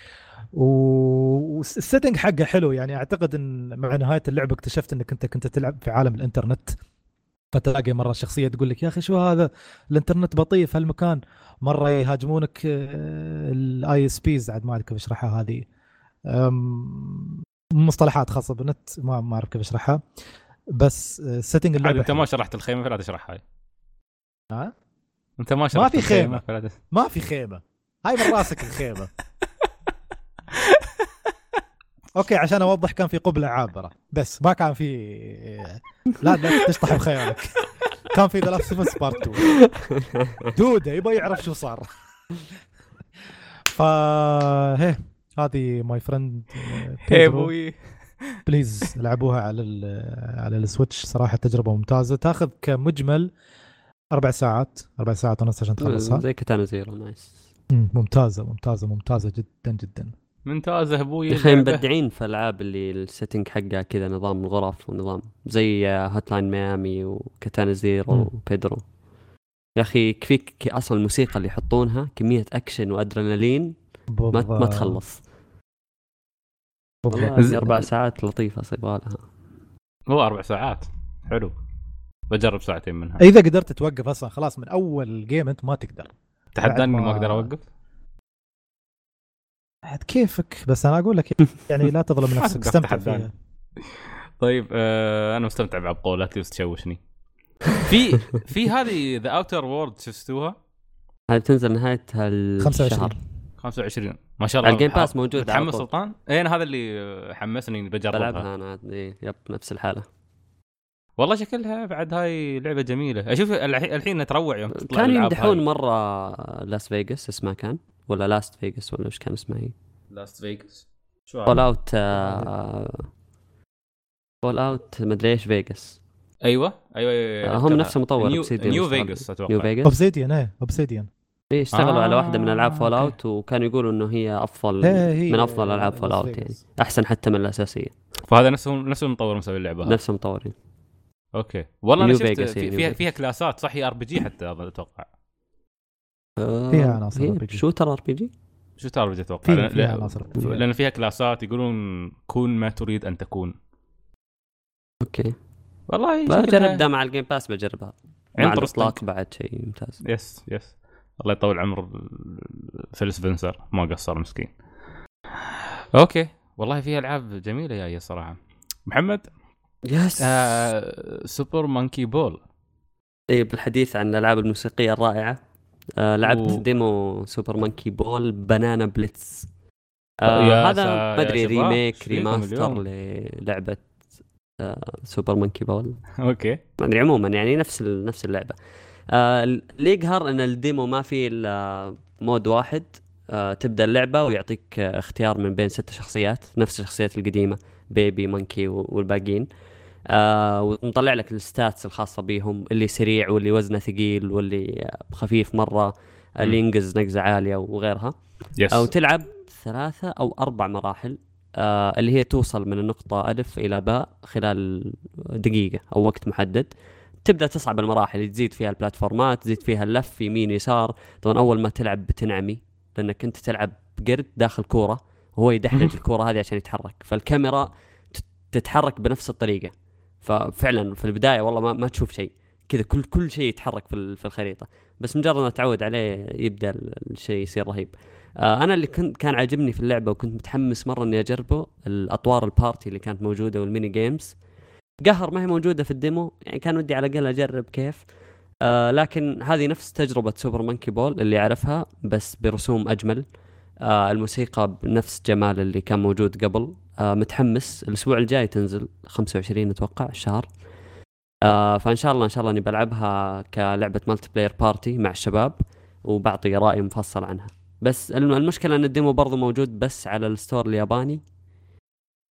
والسيتنج حقه حلو، يعني اعتقد ان مع نهايه اللعبه اكتشفت انك انت كنت تلعب في عالم الانترنت، فتلاقي مره شخصيه تقول لك يا اخي شو هذا الانترنت بطيء في هالمكان، مره يهاجمونك الاي اس بيز، عاد ما اعرف كيف اشرحها هذه، مصطلحات خاصه بالنت ما اعرف كيف اشرحها، بس سيتنج اللعبه انت ما شرحت الخيمه فلا تشرحها هاي. ها انت ما شرحت ما في خيمه فلا ما في خيمه، هاي من راسك الخيمه. اوكي عشان اوضح، كان في قبله عابره بس ما كان في، لا تشطح بخيالك. كان في ذا لاست اوف اس بارت 2 دوده يبغى يعرف شو صار. فهي هذه ماي فريند بوي، بليز العبوها على السويتش، صراحه تجربه ممتازه، تاخذ كمجمل 4 ساعات 4 ساعات ونص عشان تخلصها. زي كاتانا زيرو. نايس، ممتازه جدا جدا ممتازه ابوي. يا اخي مبدعين في العاب اللي السيتنج حقها كذا نظام الغرف ونظام زي هوت لاين ميامي وكاتانا زيرو وبيدرو. يا اخي كفيك اصلا الموسيقى اللي يحطونها كميه اكشن وادرينالين ما تخلص. والله 4 ساعات لطيفه صيبالها. هو 4 ساعات حلو، بجرب ساعتين منها. اذا قدرت توقف اصلا خلاص من اول جيم، انت ما تقدر. تحداني ما اقدر اوقف. عاد كيفك، بس انا اقول لك يعني لا تظلم نفسك، استمتع فيها. طيب انا مستمتع بعبقولاتي وتشوشني. في هذه ذا اوتر وورد شفتوها؟ هذه تنزل نهايتها الشهر 25 ما شاء الله. الجيم باس موجود. متحمس سلطان؟ انا هذا اللي حمسني بجربها. بلعبها انا يب نفس الحاله والله شكلها بعد هاي لعبه جميله. اشوف الحين نتروع يوم تطلع. كانوا يمدحون مره لاس فيغاس اسمها كان، ولا لاست فيغاس ولا ايش كان اسمها هي؟ لاست فيغاس شو فول اوت فول اوت مدري ايش فيغاس. ايوه هم نفس مطور نيو فيغاس اتوقع. نيو فيغاس اوبسيديان ايه اشتغلوا على واحده من العاب فول اوت، وكانوا يقولوا انه هي افضل من افضل العاب فول اوت، يعني احسن حتى من الاساسيه. فهذا نفس المطور مسوي اللعبه. نفس المطورين. اوكي والله انا شفت فيها كلاسات صح، هي ار بي جي حتى اتوقع. فيها عناصر ار بي جي. شوتر ار بي جي اتوقع. فيها عناصر لان فيها كلاسات يقولون كون ما تريد ان تكون. اوكي والله بجرب ده مع الجيم باس، بجربها مع الاطلاق بعد شيء ممتاز. يس الله يطول عمر فيل سبنسر، ما قصر مسكين. اوكي والله فيها العاب جميله يا صراحه. محمد يس سوبر مونكي بول. ايه بالحديث عن الالعاب الموسيقيه الرائعه، لعبت ديمو سوبر مونكي بول بنانا بليتز. هذا ما ادري ريميك ريماستر للعبه سوبر مونكي بول. اوكي ما ادري، عموما يعني نفس اللعبه. اللي يقهر ان الديمو ما في الا مود واحد. تبدا اللعبه ويعطيك اختيار من بين 6 شخصيات، نفس الشخصيات القديمه، بيبي مونكي والباقيين. ومطلع لك الستاتس الخاصه بيهم، اللي سريع واللي وزنه ثقيل واللي خفيف مره، اللي ينقز نقزه عاليه وغيرها. او تلعب 3 أو 4 مراحل، اللي هي توصل من النقطه ألف الى باء خلال دقيقه او وقت محدد. تبدا تصعب المراحل، تزيد فيها البلاتفورمات، تزيد فيها اللف يمين يسار. طبعا اول ما تلعب بتنعمي لانك انت تلعب قرد داخل كوره، وهو يدحرج الكوره هذه عشان يتحرك، فالكاميرا تتحرك بنفس الطريقه. ففعلا في البدايه والله ما تشوف شيء كذا، كل شيء يتحرك في الخريطه، بس مجرد ما تعود عليه يبدا الشيء يصير رهيب. انا اللي كان عاجبني في اللعبه وكنت متحمس مره اني اجربه، الاطوار البارتي اللي كانت موجوده والميني جيمز. قهر ما هي موجودة في الديمو، يعني كان ودي على الأقل أجرب كيف. لكن هذه نفس تجربة سوبر مونكي بول اللي أعرفها، بس برسوم أجمل. الموسيقى بنفس جمال اللي كان موجود قبل. متحمس. الأسبوع الجاي تنزل 25 أتوقع الشهر. فإن شاء الله أني بلعبها كلعبة مالتي بلاير بارتي مع الشباب، وبعطي رأي مفصل عنها. بس المشكلة أن الديمو برضو موجود بس على الستور الياباني،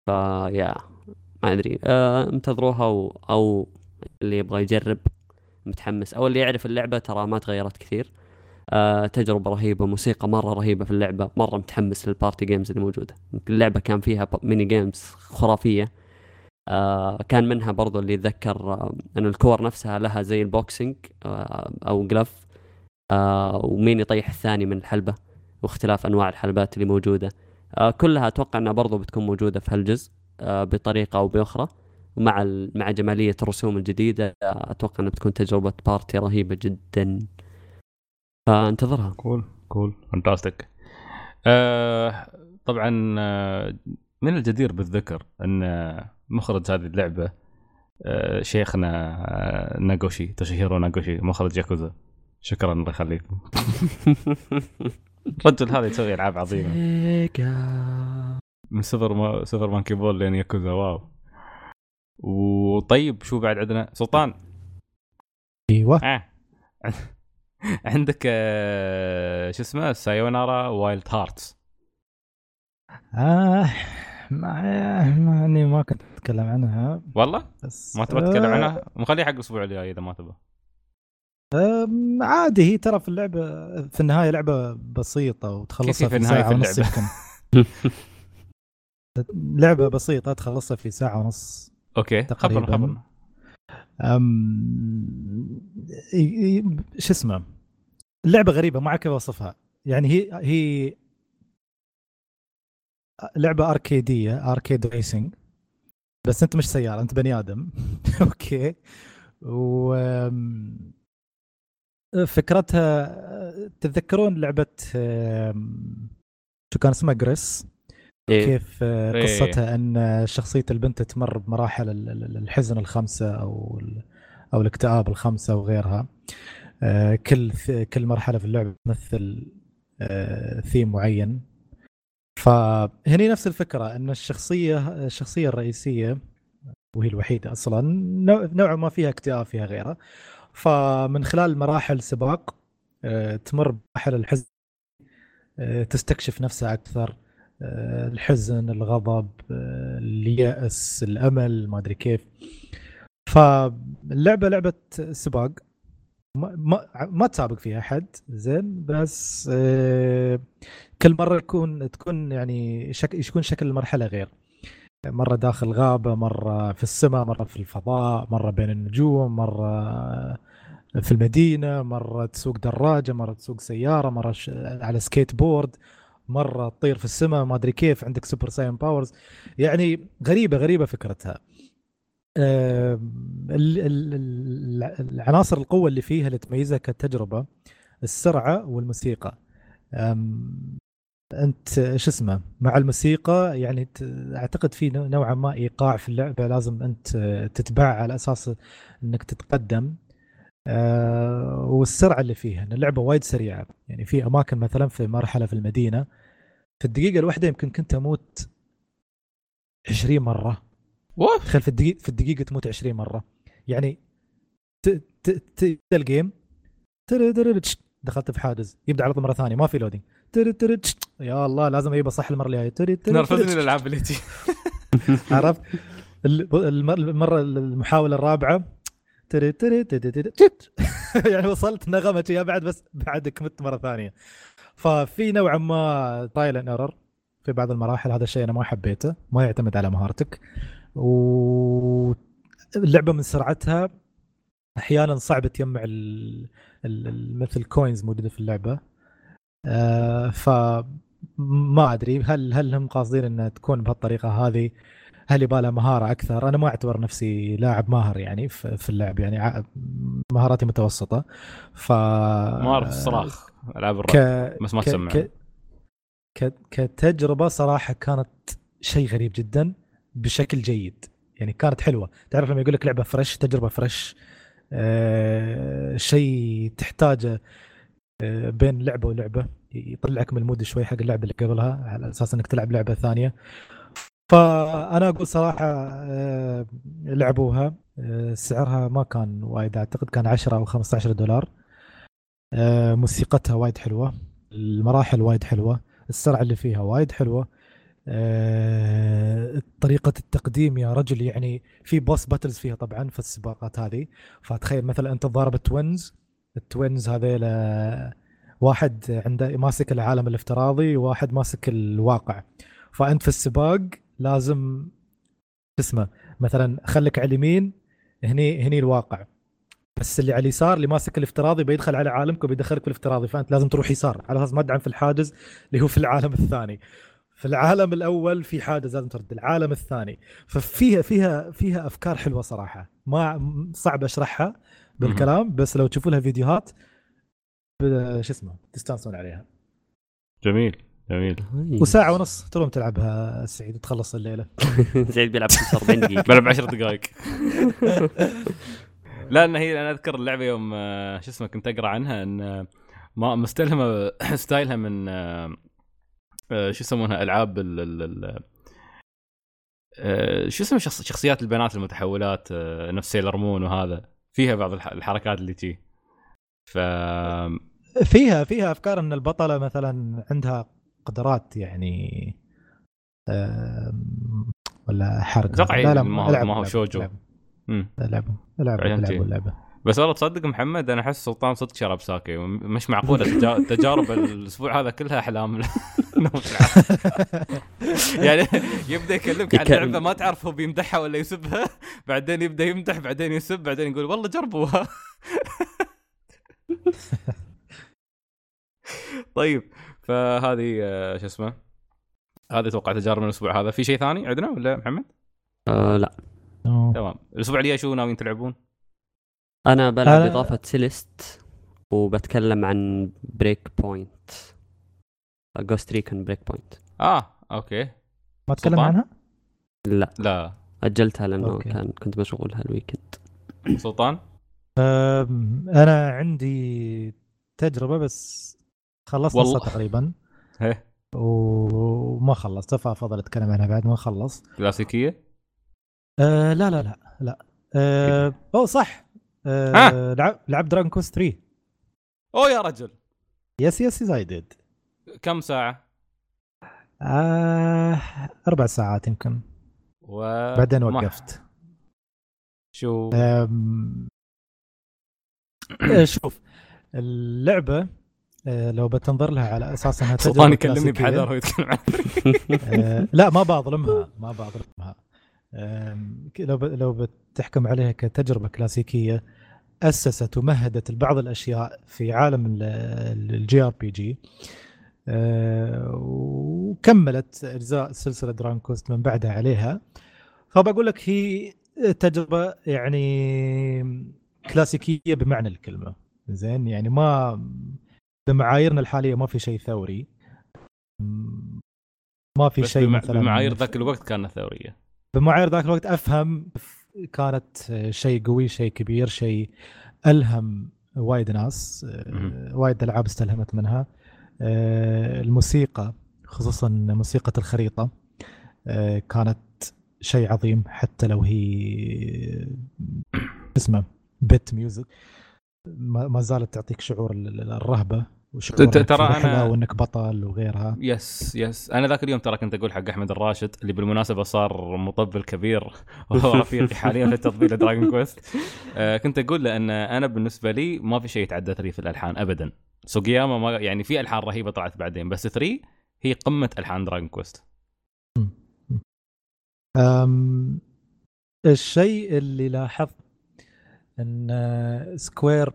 فيا ما ادري، انتظروها او اللي يبغى يجرب متحمس، او اللي يعرف اللعبه ترى ما تغيرت كثير. تجربه رهيبه، موسيقى مره رهيبه في اللعبه، مره متحمس للبارتي جيمز اللي موجوده. اللعبه كان فيها ميني جيمز خرافيه. كان منها برضو اللي يتذكر ان الكور نفسها لها زي البوكسينج او جلف، ومين يطيح الثاني من الحلبة، واختلاف أنواع الحلبات اللي موجودة. كلها أتوقع أنها برضو بتكون موجودة في هالجزء بطريقة أو بأخرى. ومع مع جمالية الرسوم الجديدة، أتوقع أنها بتكون تجربة بارتي رهيبة جدا، فانتظرها. كول فانتاستيك. طبعا من الجدير بالذكر أن مخرج هذه اللعبة شيخنا ناغوشي، توشيهيرو ناغوشي، مخرج ياكوزا. شكرا الله يخليكم. الرجل هذا يسوي ألعاب عظيمة من سوبر مانكي بول لين ياكوزا. واو. وطيب شو بعد عندنا سلطان؟ ايوه عندك شو اسمه سايونارا وايلد هارتس. ما كنت اتكلم عنها والله بس ما تبغى تتكلم عنها، مخليها حق الاسبوع الجاي اذا ما تبغى. عادي، هي ترى في اللعبه في النهايه لعبه بسيطه وتخلصها في ساعه ونص يمكن. لعبه بسيطه تخلصها في ساعه ونص. اوكي خبرنا. شو اسمه، اللعبه غريبه ما اعرف اوصفها. يعني هي لعبه اركيد ريسنج، بس انت مش سياره، انت بني ادم. اوكي. و فكرتها تتذكرون لعبه شو كان اسمها جريس؟ كيف قصتها ان شخصيه البنت تمر بمراحل الحزن الخمسه او الاكتئاب الخمسه وغيرها. كل مرحله في اللعبه تمثل ثيم معين. فهني نفس الفكره ان الشخصيه الرئيسيه، وهي الوحيده اصلا، نوعا ما فيها اكتئاب فيها غيرها. فمن خلال مراحل سباق تمر بمراحل الحزن، تستكشف نفسها اكثر، الحزن، الغضب، اليأس، الامل، ما ادري كيف. فاللعبه لعبه سباق، ما تسابق فيها احد زين، بس كل مره تكون يعني يكون شكل المرحله غير. مره داخل غابه، مره في السماء، مره في الفضاء، مره بين النجوم، مره في المدينه، مره تسوق دراجه، مره تسوق سياره، مره على سكيت بورد، مره تطير في السماء، ما ادري كيف، عندك سوبر ساين باورز. يعني غريبه فكرتها. العناصر القوه اللي فيها اللي تميزها كتجربه السرعه والموسيقى. انت شو اسمه مع الموسيقى يعني اعتقد في نوعا ما ايقاع في اللعبه، لازم انت تتبع على اساس انك تتقدم. والسرعه اللي فيها ان اللعبه وايد سريعه. يعني في اماكن مثلا في مرحله في المدينه في الدقيقه الواحده يمكن كنت اموت 20 مره. تخيل في الدقيقه تموت 20 مره. يعني تبدا الجيم، دخلت في حاجز، يبدا على طول مره ثانيه، ما في لودينج. يا الله لازم يبقى صح المره اللي جايه. نرفزني الالعاب اللي تي. عرفت المره المحاوله الرابعه يعني وصلت نغمه يا بعد، بس بعدك مت مره ثانيه. ففي نوعا ما ترايل اند ايرور في بعض المراحل. هذا الشيء انا ما حبيته، ما يعتمد على مهارتك. واللعبه من سرعتها احيانا صعب تجمع مثل كوينز موجوده في اللعبه. فما ادري هل هم قاصدين انها تكون بهالطريقه هذه، هل يبغى لها مهاره اكثر. انا ما اعتبر نفسي لاعب ماهر يعني في اللعب، يعني مهاراتي متوسطه. ما اعرف الصراخ العاب الرعب بس ما تسمع. كتجربه صراحه كانت شيء غريب جدا بشكل جيد. يعني كانت حلوه. تعرف لما يقول لك لعبه فريش، تجربه فريش، شيء تحتاجه بين لعبه ولعبه، يطلعك من المود شوي حق اللعبه اللي قبلها على اساس انك تلعب لعبه ثانيه. فانا اقول صراحه لعبوها. سعرها ما كان وايد، اعتقد كان 10 او 15 دولار. موسيقتها وايد حلوه، المراحل وايد حلوه، السرعه اللي فيها وايد حلوه. طريقة التقديم يا رجل، يعني في بوس باتلز فيها طبعا في السباقات هذه. فتخيل مثلا أنت تضارب التوينز هذيل، واحد عنده ماسك العالم الافتراضي وواحد ماسك الواقع. فأنت في السباق لازم تسمع مثلا خليك على اليمين، هني الواقع، بس اللي على اليسار اللي ماسك الافتراضي بيدخل على عالمك وبيدخلك في الافتراضي، فأنت لازم تروح يسار على أساس ما تدعم في الحاجز اللي هو في العالم الثاني. في العالم الاول في حاجه لازم ترد العالم الثاني. ففيها افكار حلوه صراحه، ما صعب اشرحها بالكلام، بس لو تشوفوا لها فيديوهات شو اسمه تستانسون عليها. جميل. وساعه ونص تروم تلعبها سعيد وتخلص الليله. سعيد بيلعب 45 دقيقه، بلعب 10 دقائق. لان هي انا اذكر اللعبه يوم شو اسمه كنت اقرا عنها ان ما مستلهمه ستايلها من شو يسمونها العاب شو اسمه شخصيات البنات المتحولات، نفس سيلر مون، وهذا فيها بعض الحركات اللي تي فيها افكار ان البطله مثلا عندها قدرات يعني ولا حرق. لا ما هو شوجو. لعبه. بس والله تصدق محمد انا احس سلطان صدق شرب ساكي، مش معقوله تجارب الاسبوع هذا كلها احلام. يعني يبدا يكلمك عن لعبه ما تعرف هو بيمدحها ولا يسبها، بعدين يبدا يمدح، بعدين يسب، بعدين يقول والله جربوها. طيب فهذه شو اسمه، هذه توقع تجارب من الاسبوع هذا. في شيء ثاني عندنا ولا محمد؟ لا تمام. الاسبوع الجاي شو ناويين تلعبون؟ انا بلعب اضافه سيليست، وبتكلم عن بريك بوينت، جوست ريكون بريك بوينت. اوكي. ما تكلم عنها؟ لا اجلتها لانه كنت مشغول هالويكند. سلطان؟ انا عندي تجربه بس خلصت نصها تقريبا. وما خلصت، فافضل اتكلم عنها بعد ما خلص. كلاسيكيه؟ لا صح. لعب دراجون كوست 3. يا رجل. يس I did. كم ساعه؟ 4 ساعات يمكن، بعدين وقفت. شو شوف اللعبه لو بتنظر لها على اساس انها سلطان يكلمني بحذر ويتكلم لا ما بظلمها. لو بتحكم عليها كتجربه كلاسيكيه، اسست ومهدت بعض الاشياء في عالم الجي ار بي جي، وكملت اجزاء سلسله دراجون كوست من بعدها عليها. فبقول لك هي تجربه يعني كلاسيكيه بمعنى الكلمه. زين يعني ما بمعاييرنا الحاليه ما في شيء ثوري، ما في شيء مثلا. بمعايير ذاك الوقت كانت ثوريه. بمعايير ذاك الوقت افهم كانت شيء قوي، شيء كبير، شيء الهم وايد ناس، وايد العاب استلهمت منها. الموسيقى خصوصا موسيقى الخريطه كانت شيء عظيم، حتى لو هي اسمه بيت ميوزك ما زالت تعطيك شعور الرهبه وشعور ترى انا وانك بطل وغيرها. يس انا ذاك اليوم ترى كنت اقول حق احمد الراشد اللي بالمناسبه صار مطبل كبير وهو رفيقي حاليا في تطبيل دراجون كويست. كنت اقول له ان انا بالنسبه لي ما في شيء يتعدى 3 في الالحان ابدا. سوغياما ما يعني في الحان رهيبه طلعت بعدين، بس 3 هي قمه الحان دراجون كويست. الشيء اللي لاحظت ان سكوير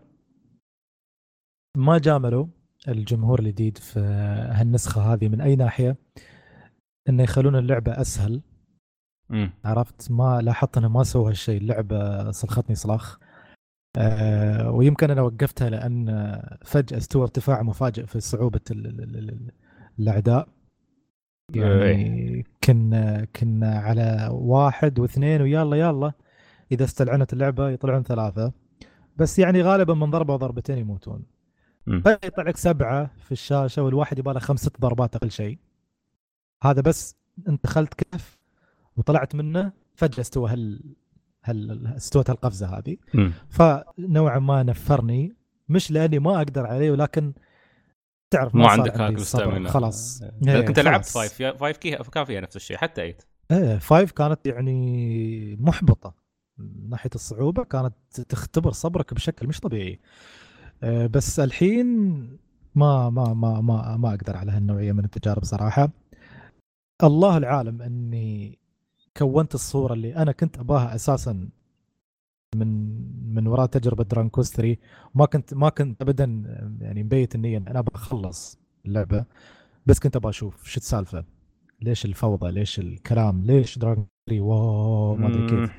ما جاملوا الجمهور الجديد في هالنسخه هذه من اي ناحيه، انه يخلون اللعبه اسهل. عرفت؟ ما لاحظت انه ما سووا هالشيء. اللعبه صلختني صلاخ، ويمكن انا وقفتها لان فجاه استوى ارتفاع مفاجئ في صعوبه الاعداء. يعني كنا على 1 و2 ويلا اذا استلعنت اللعبه يطلعون 3، بس يعني غالبا من ضربه وضربتين يموتون. فيطلع لك 7 في الشاشه والواحد يبغى له 5 ضربات اقل شيء. هذا بس انت دخلت كيف وطلعت منه فجاه استوى استوت القفزه هذه. فنوعا ما نفرني، مش لاني ما اقدر عليه، ولكن تعرف ما صار عندك عندي هاك الصبر، الستامينا خلاص. كنت لعبت خلاص. 5 كان فيها نفس الشيء حتى 8. ايه 5 كانت يعني محبطة من ناحية الصعوبة، كانت تختبر صبرك بشكل مش طبيعي. بس الحين ما اقدر على هالنوعية من التجارب صراحة. الله العالم اني كونت الصورة اللي انا كنت اباها اساسا من وراء تجربة دران كوست 3. ما كنت ابدا يعني مبيت النية ان انا بخلص اللعبة، بس كنت ابغى اشوف شو السالفة، ليش الفوضى، ليش الكلام، ليش دراجون 3 واو ما ادري كيف.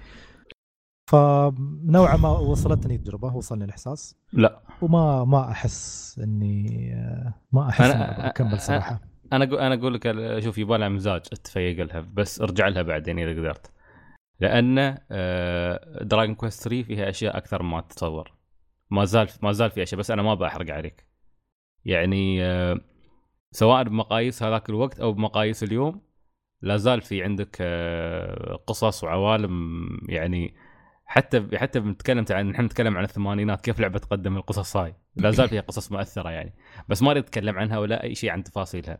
فنوعا ما وصلتني التجربه، وصلني الاحساس. لا ما احس اني انا اكمل صراحه. انا اقول لك شوف يبغى لها مزاج تفيق لها، بس ارجع لها بعدين اذا قدرت، لان دراجون كويست 3 فيها اشياء اكثر ما تتصور. ما زال في اشياء، بس انا ما بحرق عليك يعني. سواء بمقاييس هذاك الوقت او بمقاييس اليوم، لا زال في عندك قصص وعوالم يعني. حتى بنتكلم عن، نحن نتكلم عن الثمانينات كيف لعبه تقدم القصص هاي، لا زال فيها قصص مؤثره يعني، بس ما اريد اتكلم عنها ولا اي شيء عن تفاصيلها.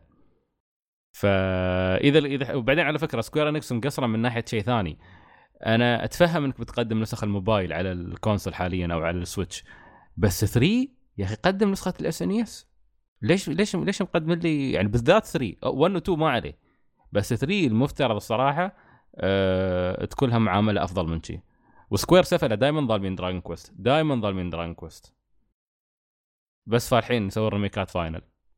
فاذا وبعدين على فكره سكوير انكس مقصره من ناحيه شيء ثاني. انا اتفهم انك بتقدم نسخ الموبايل على الكونسول حاليا او على السويتش، بس 3 يا اخي قدم نسخه الاس ان اس. ليش مقدم لي يعني بالذات 3 1 و 2 ما عليه، بس 3 المفترض الصراحه تكونها معامله افضل من شيء. وسكوير سفله دائما ظالمين دراجون كويست، بس فالحين نسوي الريميكات فاينل.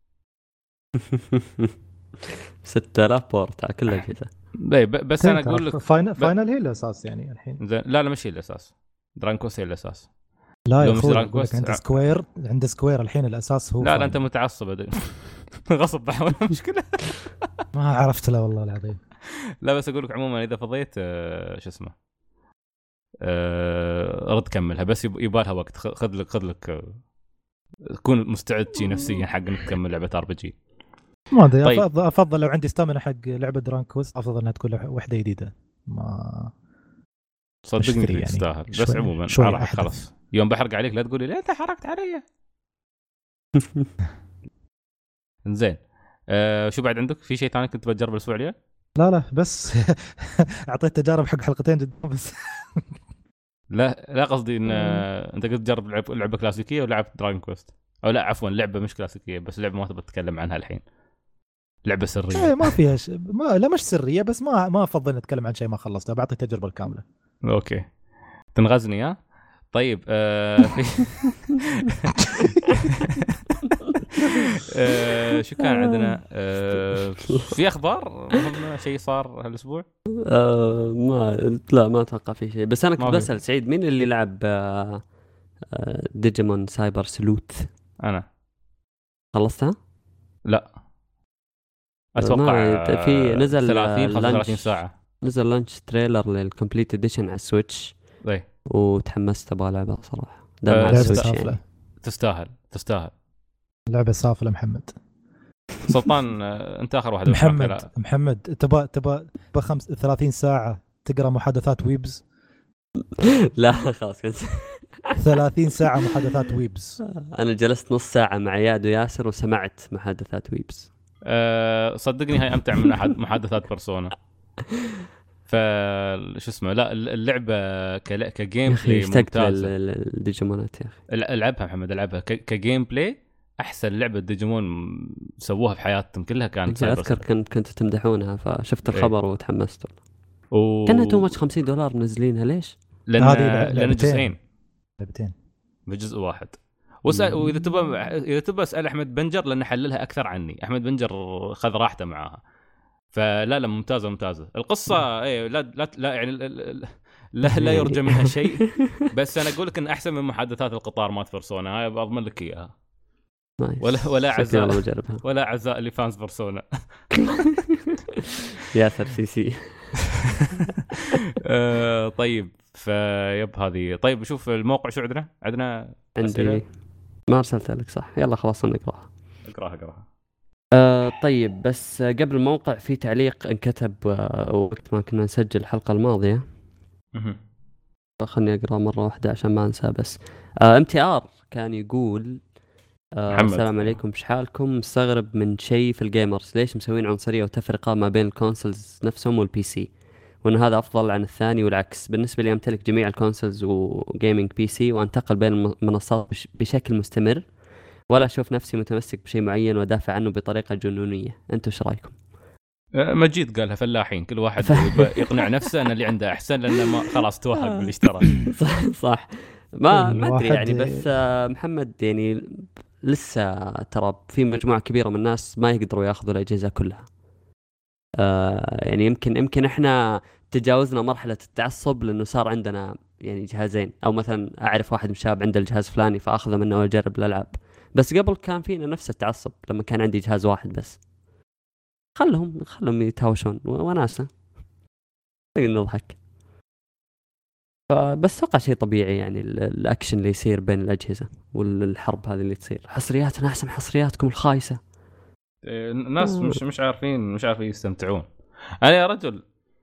6000 بورت على كل الاجهزه. بس انا اقول لك فاينل هي الاساس يعني الحين. لا مش هي الاساس، دراجون كويست هي الاساس. لا يا اخوي اقول لك عند سكوير الحين الاساس هو لا انت متعصب غصب بحول مشكله. ما عرفت له والله العظيم. لا بس اقول لك عموما اذا فضيت شو اسمه رد كملها، بس يبالها وقت. خذ لك تكون مستعد شي نفسيا حق انك تكمل لعبه ار بي جي. ما ادري. طيب. افضل لو عندي ستامنا حق لعبه دران كويست، افضل انها تكون وحده جديده. ما صدقني يعني تستاهل. بس عموما خلاص يوم بحرق عليك لا تقول لي لا انت حرقت علي. زين شو بعد عندك؟ في شيء ثاني كنت بتجرب الاسبوع الجاي؟ لا بس اعطيت تجارب حق حلقتين جدا بس. لا قصدي ان انت قلت تجرب لعبه كلاسيكيه ولعبت دراجون كويست، او لا عفوا لعبه مش كلاسيكيه بس لعبه ما تبغى تتكلم عنها الحين، لعبه سريه. ما فيها لا مش سريه، بس ما افضل نتكلم عن شيء ما خلصته، بعطي التجربه الكامله. اوكي تنغزني ها. طيب شو كان عندنا في اخبار مهمه شيء صار هالاسبوع؟ ما اتوقع في شيء، بس انا كنت بسأل سعيد مين اللي لعب ديجيمون سايبر سلوث؟ انا خلصتها؟ لا اتوقع في نزل 35 ساعه، نزل لانش تريلر للكمبليت اديشن على السويتش. وتحمست ابغى العبها صراحه. لعبه سافله يعني. تستاهل لعبه سافله. محمد سلطان انت اخر واحد. محمد تبى 35 ساعه تقرا محادثات ويبز؟ لا خلاص 30 ساعه محادثات ويبز. انا جلست نص ساعه مع اياد وياسر وسمعت محادثات ويبز. صدقني هاي امتع من محادثات بيرسونا. شو اسمه لا اللعبه كجيم بلاي ممتازه. الديجيمونات يا اخي العبها محمد، العبها كجيم بلاي احسن لعبه ديجيمون سووها في حياتهم كلها كانت. اذكر كنت تمدحونها فشفت الخبر وتحمست. كانت تو ماتش $50 منزلينها ليش؟ لان جزئين لعبتين بجزء واحد. واذا تبى اسال احمد بنجر لانه حللها اكثر عني. احمد بنجر خذ راحته معاها، فلا ممتازه القصه. ايه لا يعني لا يرجى منها شيء. بس انا اقول لك ان احسن من محادثات القطار مات بيرسونا، هاي اضمن لك اياها. ولا اعزاء لفانز بيرسونا. ياسر سي طيب فيب هذه. طيب شوف الموقع شو عندنا عندي ما ارسلت لك صح؟ يلا خلاص نقراها. اقراها. طيب بس قبل الموقع في تعليق انكتب وقت ما كنا نسجل الحلقة الماضية. خلني اقرأ مرة واحدة عشان ما انسى. بس MTR كان يقول محمد. السلام عليكم، بشحالكم؟ مستغرب من شيء في الجيمرز، ليش مسوين عنصرية وتفرقة ما بين الكونسولز نفسهم والبي سي، وان هذا افضل عن الثاني والعكس. بالنسبة لي امتلك جميع الكونسولز وجيمنج بي سي، وانتقل بين المنصات بشكل مستمر، ولا اشوف نفسي متمسك بشيء معين ودافع عنه بطريقة جنونية. انتم ايش رايكم؟ مجيد قالها فلاحين، كل واحد يقنع نفسه ان اللي عنده احسن، لانه ما خلاص توهق بالاشتراك. صح. ما ادري الواحد يعني، بس محمد يعني لسه ترى في مجموعة كبيرة من الناس ما يقدروا ياخذوا الأجهزة كلها. يعني يمكن احنا تجاوزنا مرحلة التعصب، لأنه صار عندنا يعني جهازين، أو مثلا أعرف واحد من الشباب عنده الجهاز فلاني فأخذه منه وأجرب الألعاب. بس قبل كان فينا نفس التعصب لما كان عندي جهاز واحد بس. خلهم يتهاوشون وناسة نضحك. بس اتوقع شيء طبيعي يعني، الاكشن اللي يصير بين الاجهزه والحرب هذه اللي تصير. حصرياتنا احسن حصرياتكم الخايسه. الناس مش عارفين يستمتعون. انا يا رجل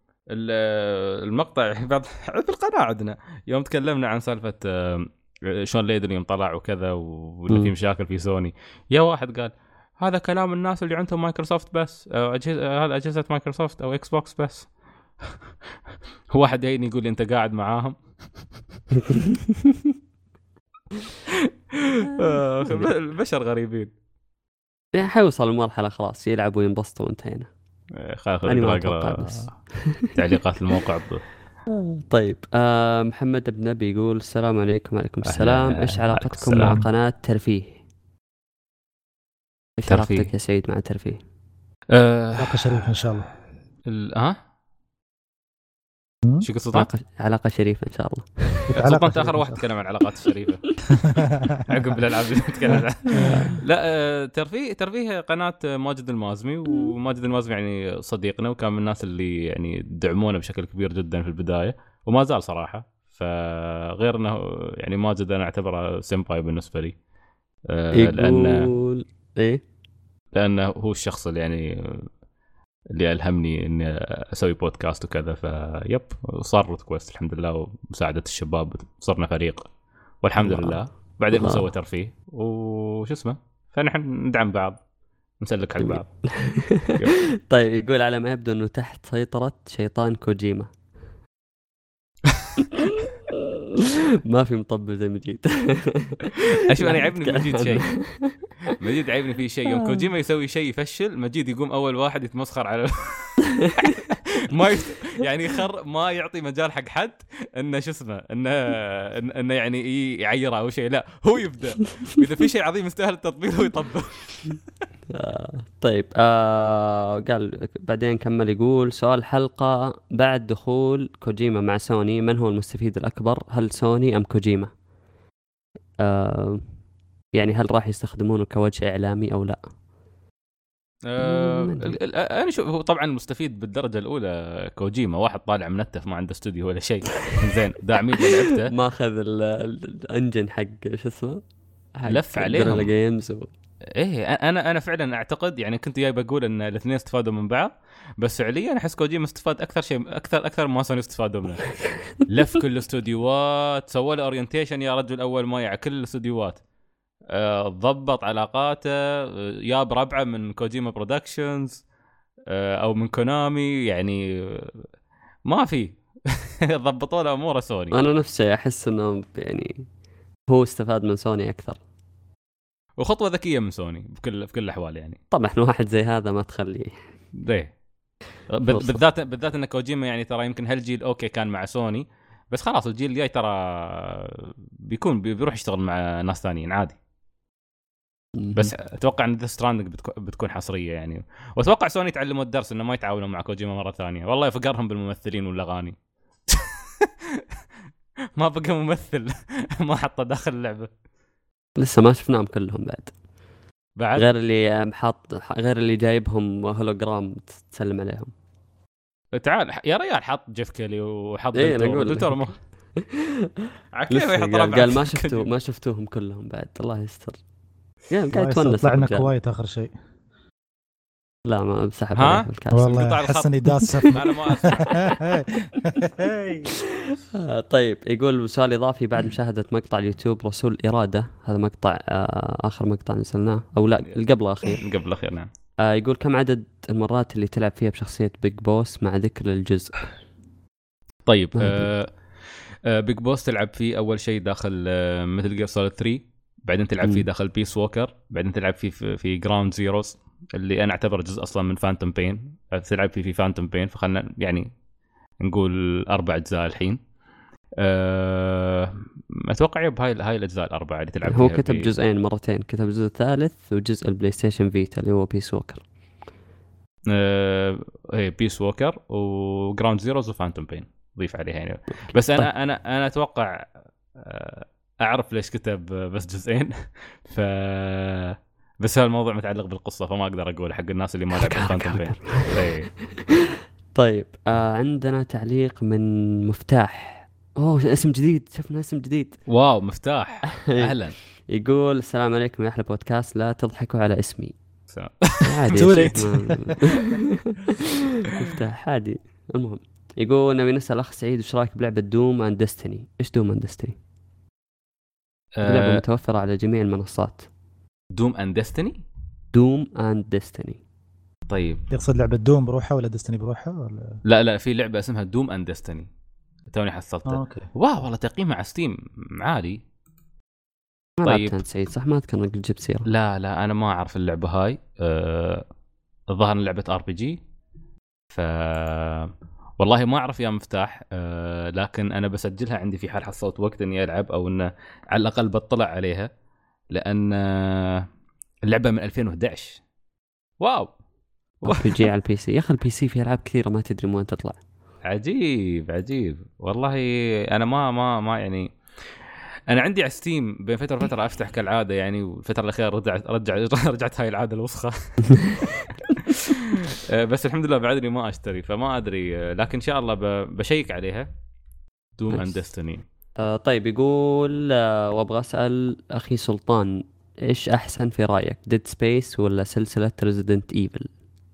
المقطع بعد في القناه عندنا يوم تكلمنا عن سالفه شلون ليدن يوم طلع وكذا، وان في مشاكل في سوني، يا واحد قال هذا كلام الناس اللي عندهم مايكروسوفت بس، هذا اجهزه مايكروسوفت او اكس بوكس بس. هو واحد يجيني يقول لي انت قاعد معاهم. البشر غريبين. يعني حيوصل المرحله خلاص يلعبوا وينبسطوا وانتهينا. انا ما اتوقع بس. تعليقات الموقع. طيب محمد بن نبي يقول السلام عليكم. وعليكم السلام. ايش علاقتكم مع قناه ترفيه؟ ايش علاقتك يا سعيد مع ترفيه؟ علاقه شريفه ان شاء الله. شو قصتها؟ علاقة شريفة إن شاء الله. سلطان آخر واحد تكلم عن العلاقات الشريفة. عقب الألعاب اللي نتكلم لا ترفيه قناة ماجد المازمي، وماجد المازمي يعني صديقنا، وكان من الناس اللي يعني دعمونا بشكل كبير جدا في البداية، وما زال صراحة. فغير أنه يعني ماجد أنا أعتبره سيمباي بالنسبة لي. لأنه هو الشخص اللي يعني اللي ألهمني إني أسوي بودكاست وكذا. فيب صار ريكوست الحمد لله، ومساعدة الشباب صرنا فريق والحمد لله. بعدين هو سوى ترفيه وش اسمه، فنحن ندعم بعض نسلك على بعض. طيب يقول على ما يبدو إنه تحت سيطرة شيطان كوجيما. ما في مطبل زي مجيد. أشوف أنا يعيبني مجيد شيء. مجيد عيبني فيه شيء، يوم كوجيما يسوي شيء يفشل، مجيد يقوم أول واحد يتمسخر على ما يعني ما يعطي مجال حق حد إنه شو اسمه إنه يعني يعيره أو شيء. لا هو يبدأ إذا في شيء عظيم يستاهل التطبيل هو يطبل. طيب قال بعدين كمل يقول سؤال حلقة: بعد دخول كوجيما مع سوني من هو المستفيد الأكبر؟ هل سوني أم كوجيما؟ يعني هل راح يستخدمونه كوجه إعلامي أو لا؟ أنا شوف، هو طبعا المستفيد بالدرجة الأولى كوجيما، واحد طالع منتف ما عنده استوديو ولا شيء، زين داعمين لعبته، ما أخذ الانجن حق شو اسمه، لف عليهم جيمز ايه. انا فعلا اعتقد يعني كنت جاي بقول ان الاثنين استفادوا من بعض، بس فعليا احس كوجيما استفاد اكثر شيء، اكثر ما سوني استفادوا منه. لف كل الاستوديوهات، سوى له اورينتيشن يا رجل اول ما يع كل الاستوديوهات، ضبط علاقاته، جاب ربعه من كوجيما برودكشنز او من كونامي، يعني ما في ضبطوا له اموره سوني. انا نفسي احس انه يعني هو استفاد من سوني اكثر، وخطوه ذكيه من سوني في كل الاحوال يعني. طبعا واحد زي هذا ما تخليه ليه بالذات ان كوجيما يعني ترى يمكن هالجيل اوكي كان مع سوني، بس خلاص الجيل الجاي ترى بيروح يشتغل مع ناس ثانيين عادي. بس اتوقع ان ذا ستراندنج بتكون حصريه يعني، واتوقع سوني تعلموا الدرس انه ما يتعاونوا مع كوجيما مره ثانيه. والله فقرهم بالممثلين والاغاني. ما بقى ممثل ما حطه داخل اللعبه. لسه ما شفناهم كلهم بعد غير اللي جايبهم هولوجرام تسلم عليهم. تعال يا ريال، حط جيف كيلي وحط دكتور مو قال ما شفتوهم كلهم بعد. الله يستر. قاعد تونس. طلعنا كويت اخر شيء. لا ما بسحب ها؟ عليه الكاس. والله قطع الخط. حس اني داس انا ما أسمع. طيب يقول سؤال إضافي: بعد مشاهدة مقطع اليوتيوب رسول إرادة، هذا مقطع آخر مقطع نزلناه أو لا قبل الأخير، قبل الأخير نعم. يقول كم عدد المرات اللي تلعب فيها بشخصية بيج بوس مع ذكر الجزء؟ طيب ما بيج بوس تلعب فيه أول شيء داخل مثل جير سوليد 3، بعدين تلعب فيه داخل بيس ووكر، بعدين تلعب فيه في جراوند زيروز اللي أنا أعتبر جزء أصلا من فانتوم بين، تلعب فيه في فانتوم بين، فخلنا يعني نقول 4 أجزاء الحين. أتوقع بهاي الأجزاء الأربعة اللي تلعب هو فيها. كتب جزئين مرتين، كتب الجزء الثالث وجزء البلاي ستيشن فيتا اللي هو بيس ووكر. بيس ووكر وجراوند زيروز وفانتوم بين ضيف عليها يعني. بس انا اتوقع اعرف ليش كتب بس جزئين. ف بس هالموضوع متعلق بالقصه فما اقدر اقول حق الناس اللي ما لعبوا فانتوم بين. طيب عندنا تعليق من مفتاح. اسم جديد، شفنا اسم جديد. واو مفتاح اهلا. يقول السلام عليكم يا احلى بودكاست، لا تضحكوا على اسمي. عادي توليت مفتاح عادي. المهم يقول نبي نسأل أخ سعيد وش رأيك بلعبة دوم أند ديستني؟ إيش دوم أند ديستني؟ لعبة متوفرة على جميع المنصات. دوم أند ديستني؟ دوم أند ديستني. طيب يقصد لعبة دوم بروحها ولا ديستني بروحها ولا؟ لا في لعبة اسمها دوم أند ديستني توني حصلتها. أوكي. واو والله تقييمها على ستيم عالي. طيب أنت سعيد صح؟ ما أذكر إنك جبت سيرة. لا أنا ما أعرف اللعبة هاي. الظاهر لعبة RPG. والله ما أعرف يا مفتاح. لكن أنا بسجلها عندي في حال حصلت وقت إني ألعب أو إن على الأقل بطلع عليها، لأن اللعبة من 2011. واو RPG على البي سي. يا أخي البي سي في ألعاب كثيرة ما تدري من وين تطلع. عجيب والله. أنا ما يعني أنا عندي على ستيم بين فترة وفترة أفتح كالعادة يعني، والفترة الأخيرة رجعت هاي العادة الوسخة. بس الحمد لله بعدني ما أشتري فما أدري، لكن إن شاء الله بشيك عليها. دوم أند ديستني. طيب يقول وأبغى أسأل أخي سلطان، إيش أحسن في رأيك، ديد سبيس ولا سلسلة ريزيدنت إيفل؟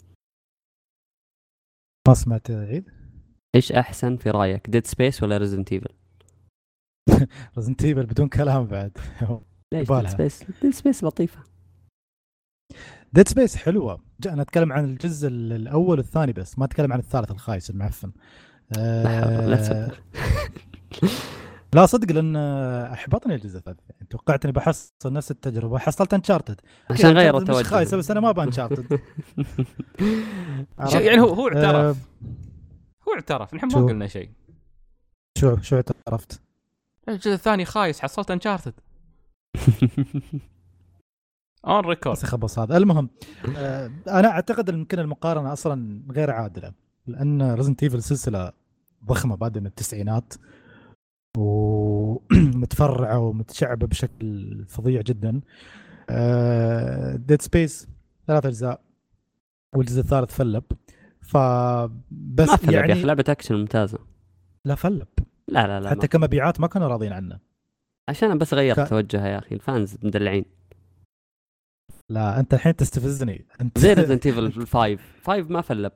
ما سمعت عيد. إيش أحسن في رأيك، ديد سبيس ولا ريزيدنت إيفل؟ ريزيدنت إيفل بدون كلام بعد. ليش ديد سبيس لطيفة. ديد سبيس حلوة. أنا أتكلم عن الجزء الأول والثاني بس، ما أتكلم عن الثالث الخايس المعفن. لا تصدق. لا صدق، لأن أحبطني الجزء الثالث. يعني توقعت إني بحصل نفس التجربة، حصلت أنشارتد عشان غير التوجه. مش خايسة بس أنا ما بأنشارتد. يعني هو اعترف. هو اعترف نحن ما قلنا شيء. شو اعترفت؟ الجزء الثاني خايس، حصلت انشارتد. اون ريكورد. بس خبص هذا. المهم انا اعتقد ان يمكن المقارنه اصلا غير عادله، لان ريزنت ايفل سلسله ضخمه بادئه من التسعينات ومتفرعه ومتشعبه بشكل فظيع جدا. ديد سبيس 3 أجزاء والجزء الثالث فلب. فبس ما فلب يعني يا اخي، لعبه اكشن ممتازه. لا فلب. لا حتى كمبيعات ما كانوا راضين عنه. عشان انا بس غيرت توجهها يا اخي، الفانز مدلعين. لا انت الحين تستفزني انت. زي ريزنت ايفل 5 ما فلب.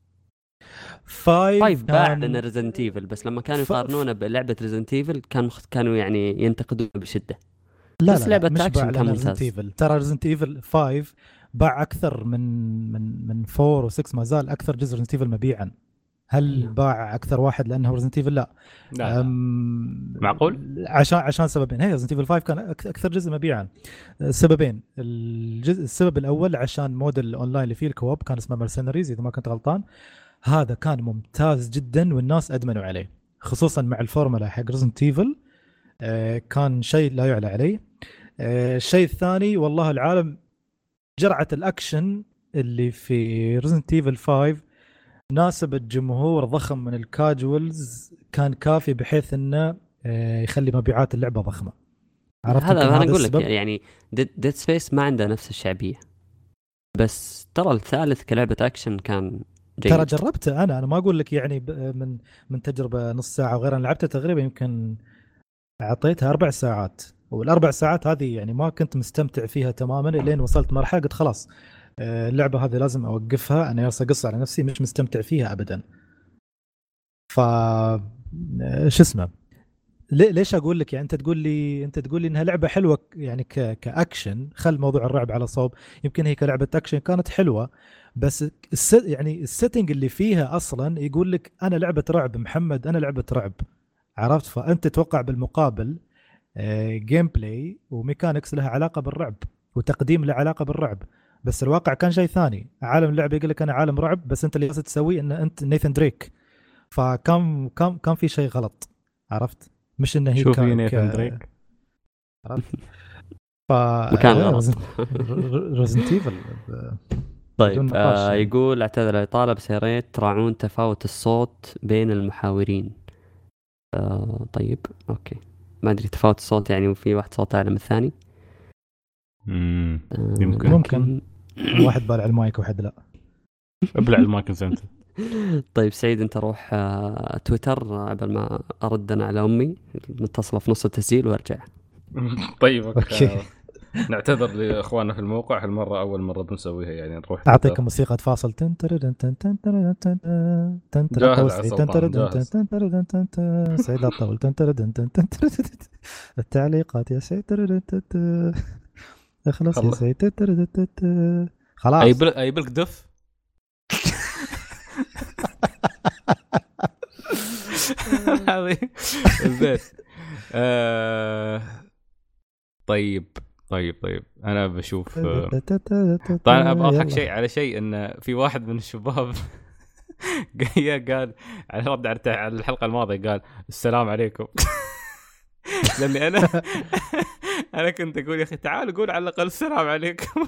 5 باع لنا ريزنت ايفل، بس لما كانوا يقارنونه بلعبه ريزنت ايفل كانوا يعني ينتقدون بشده. لا بس لعبه مش اكشن كان ممتاز. ترى ريزنت ايفل 5 باع اكثر من 4 و6، ما زال اكثر جزء ريزنت ايفل مبيعا. هل باع اكثر واحد لانه ريزنت ايفل؟ لا. معقول. عشان سببين. هي ريزنت ايفل 5 كان اكثر جزء مبيعا. سببين. السبب الاول عشان موديل الاونلاين اللي فيه الكوب كان اسمه مرسنريز اذا ما كنت غلطان. هذا كان ممتاز جدا والناس ادمنوا عليه، خصوصا مع الفورمولا حق ريزنت ايفل. كان شيء لا يعلى عليه. الشيء الثاني والله العالم، جرعة الأكشن اللي في ريزنت ايفل 5 ناسبت جمهور ضخم من الكاجوالز، كان كافي بحيث انه يخلي مبيعات اللعبة ضخمة. عرفت؟ هذا انا اقول لك يعني ديد سبيس ما عنده نفس الشعبية، بس ترى الثالث كلعبة أكشن كان جيد. ترى جربته أنا ما أقول لك يعني من تجربة نص ساعة وغيرها. أنا لعبته تقريبا يمكن أعطيتها 4 ساعات، وال4 ساعات هذه يعني ما كنت مستمتع فيها تماما، لين وصلت مرحلة قلت خلاص اللعبه هذه لازم اوقفها، انا جالس اقص على نفسي مش مستمتع فيها ابدا. ف شو اسمه، ليش اقول لك يعني انت تقول لي انها لعبه حلوه يعني كاكشن، خل موضوع الرعب على صوب. يمكن هي كلعبه اكشن كانت حلوه، بس يعني السيتنج اللي فيها اصلا يقول لك انا لعبه رعب محمد، انا لعبه رعب، عرفت؟ فانت تتوقع بالمقابل جيم بلاي وميكانكس لها علاقه بالرعب وتقديم له علاقه بالرعب، بس الواقع كان شيء ثاني. عالم اللعبه يقول لك انا عالم رعب، بس انت اللي قاعد تسويه ان انت نيثن دريك. فكان في شيء غلط، عرفت؟ مش انه هي شوف نيثان دريك عرفت؟ ف مكان غلط. ريزنت ايفل طيب بدون نقاش يعني. يقول اعتذر الإطالة بس يا ريت تراعون تفاوت الصوت بين المحاورين. طيب اوكي، ما ادري تفاوت الصوت يعني وفي واحد صوت اعلى من الثاني. يمكن ممكن واحد بالع المايك وواحد لا. ابلع المايك انت. طيب سعيد انت روح تويتر قبل ما ارد انا على امي متصله في نص التسجيل وارجع. طيب اوكي. نعتذر لاخواننا في الموقع، هالمره اول مره بنسويها يعني نروح اعطيكم موسيقى فاصل تن تن تن تن تن تن تن جاهز على سلطان جاهز. سعيد الطول تن تن تن تن التعليقات يا سعيد اخلص يا سعيد خلاص. اي بلك دف. هذه زين. طيب انا بشوف. طبعا ابغى اضحك شيء على شيء ان في واحد من الشباب قال على رد على الحلقه الماضيه قال السلام عليكم. لاني انا كنت اقول يا اخي تعال قول على الاقل السلام عليكم.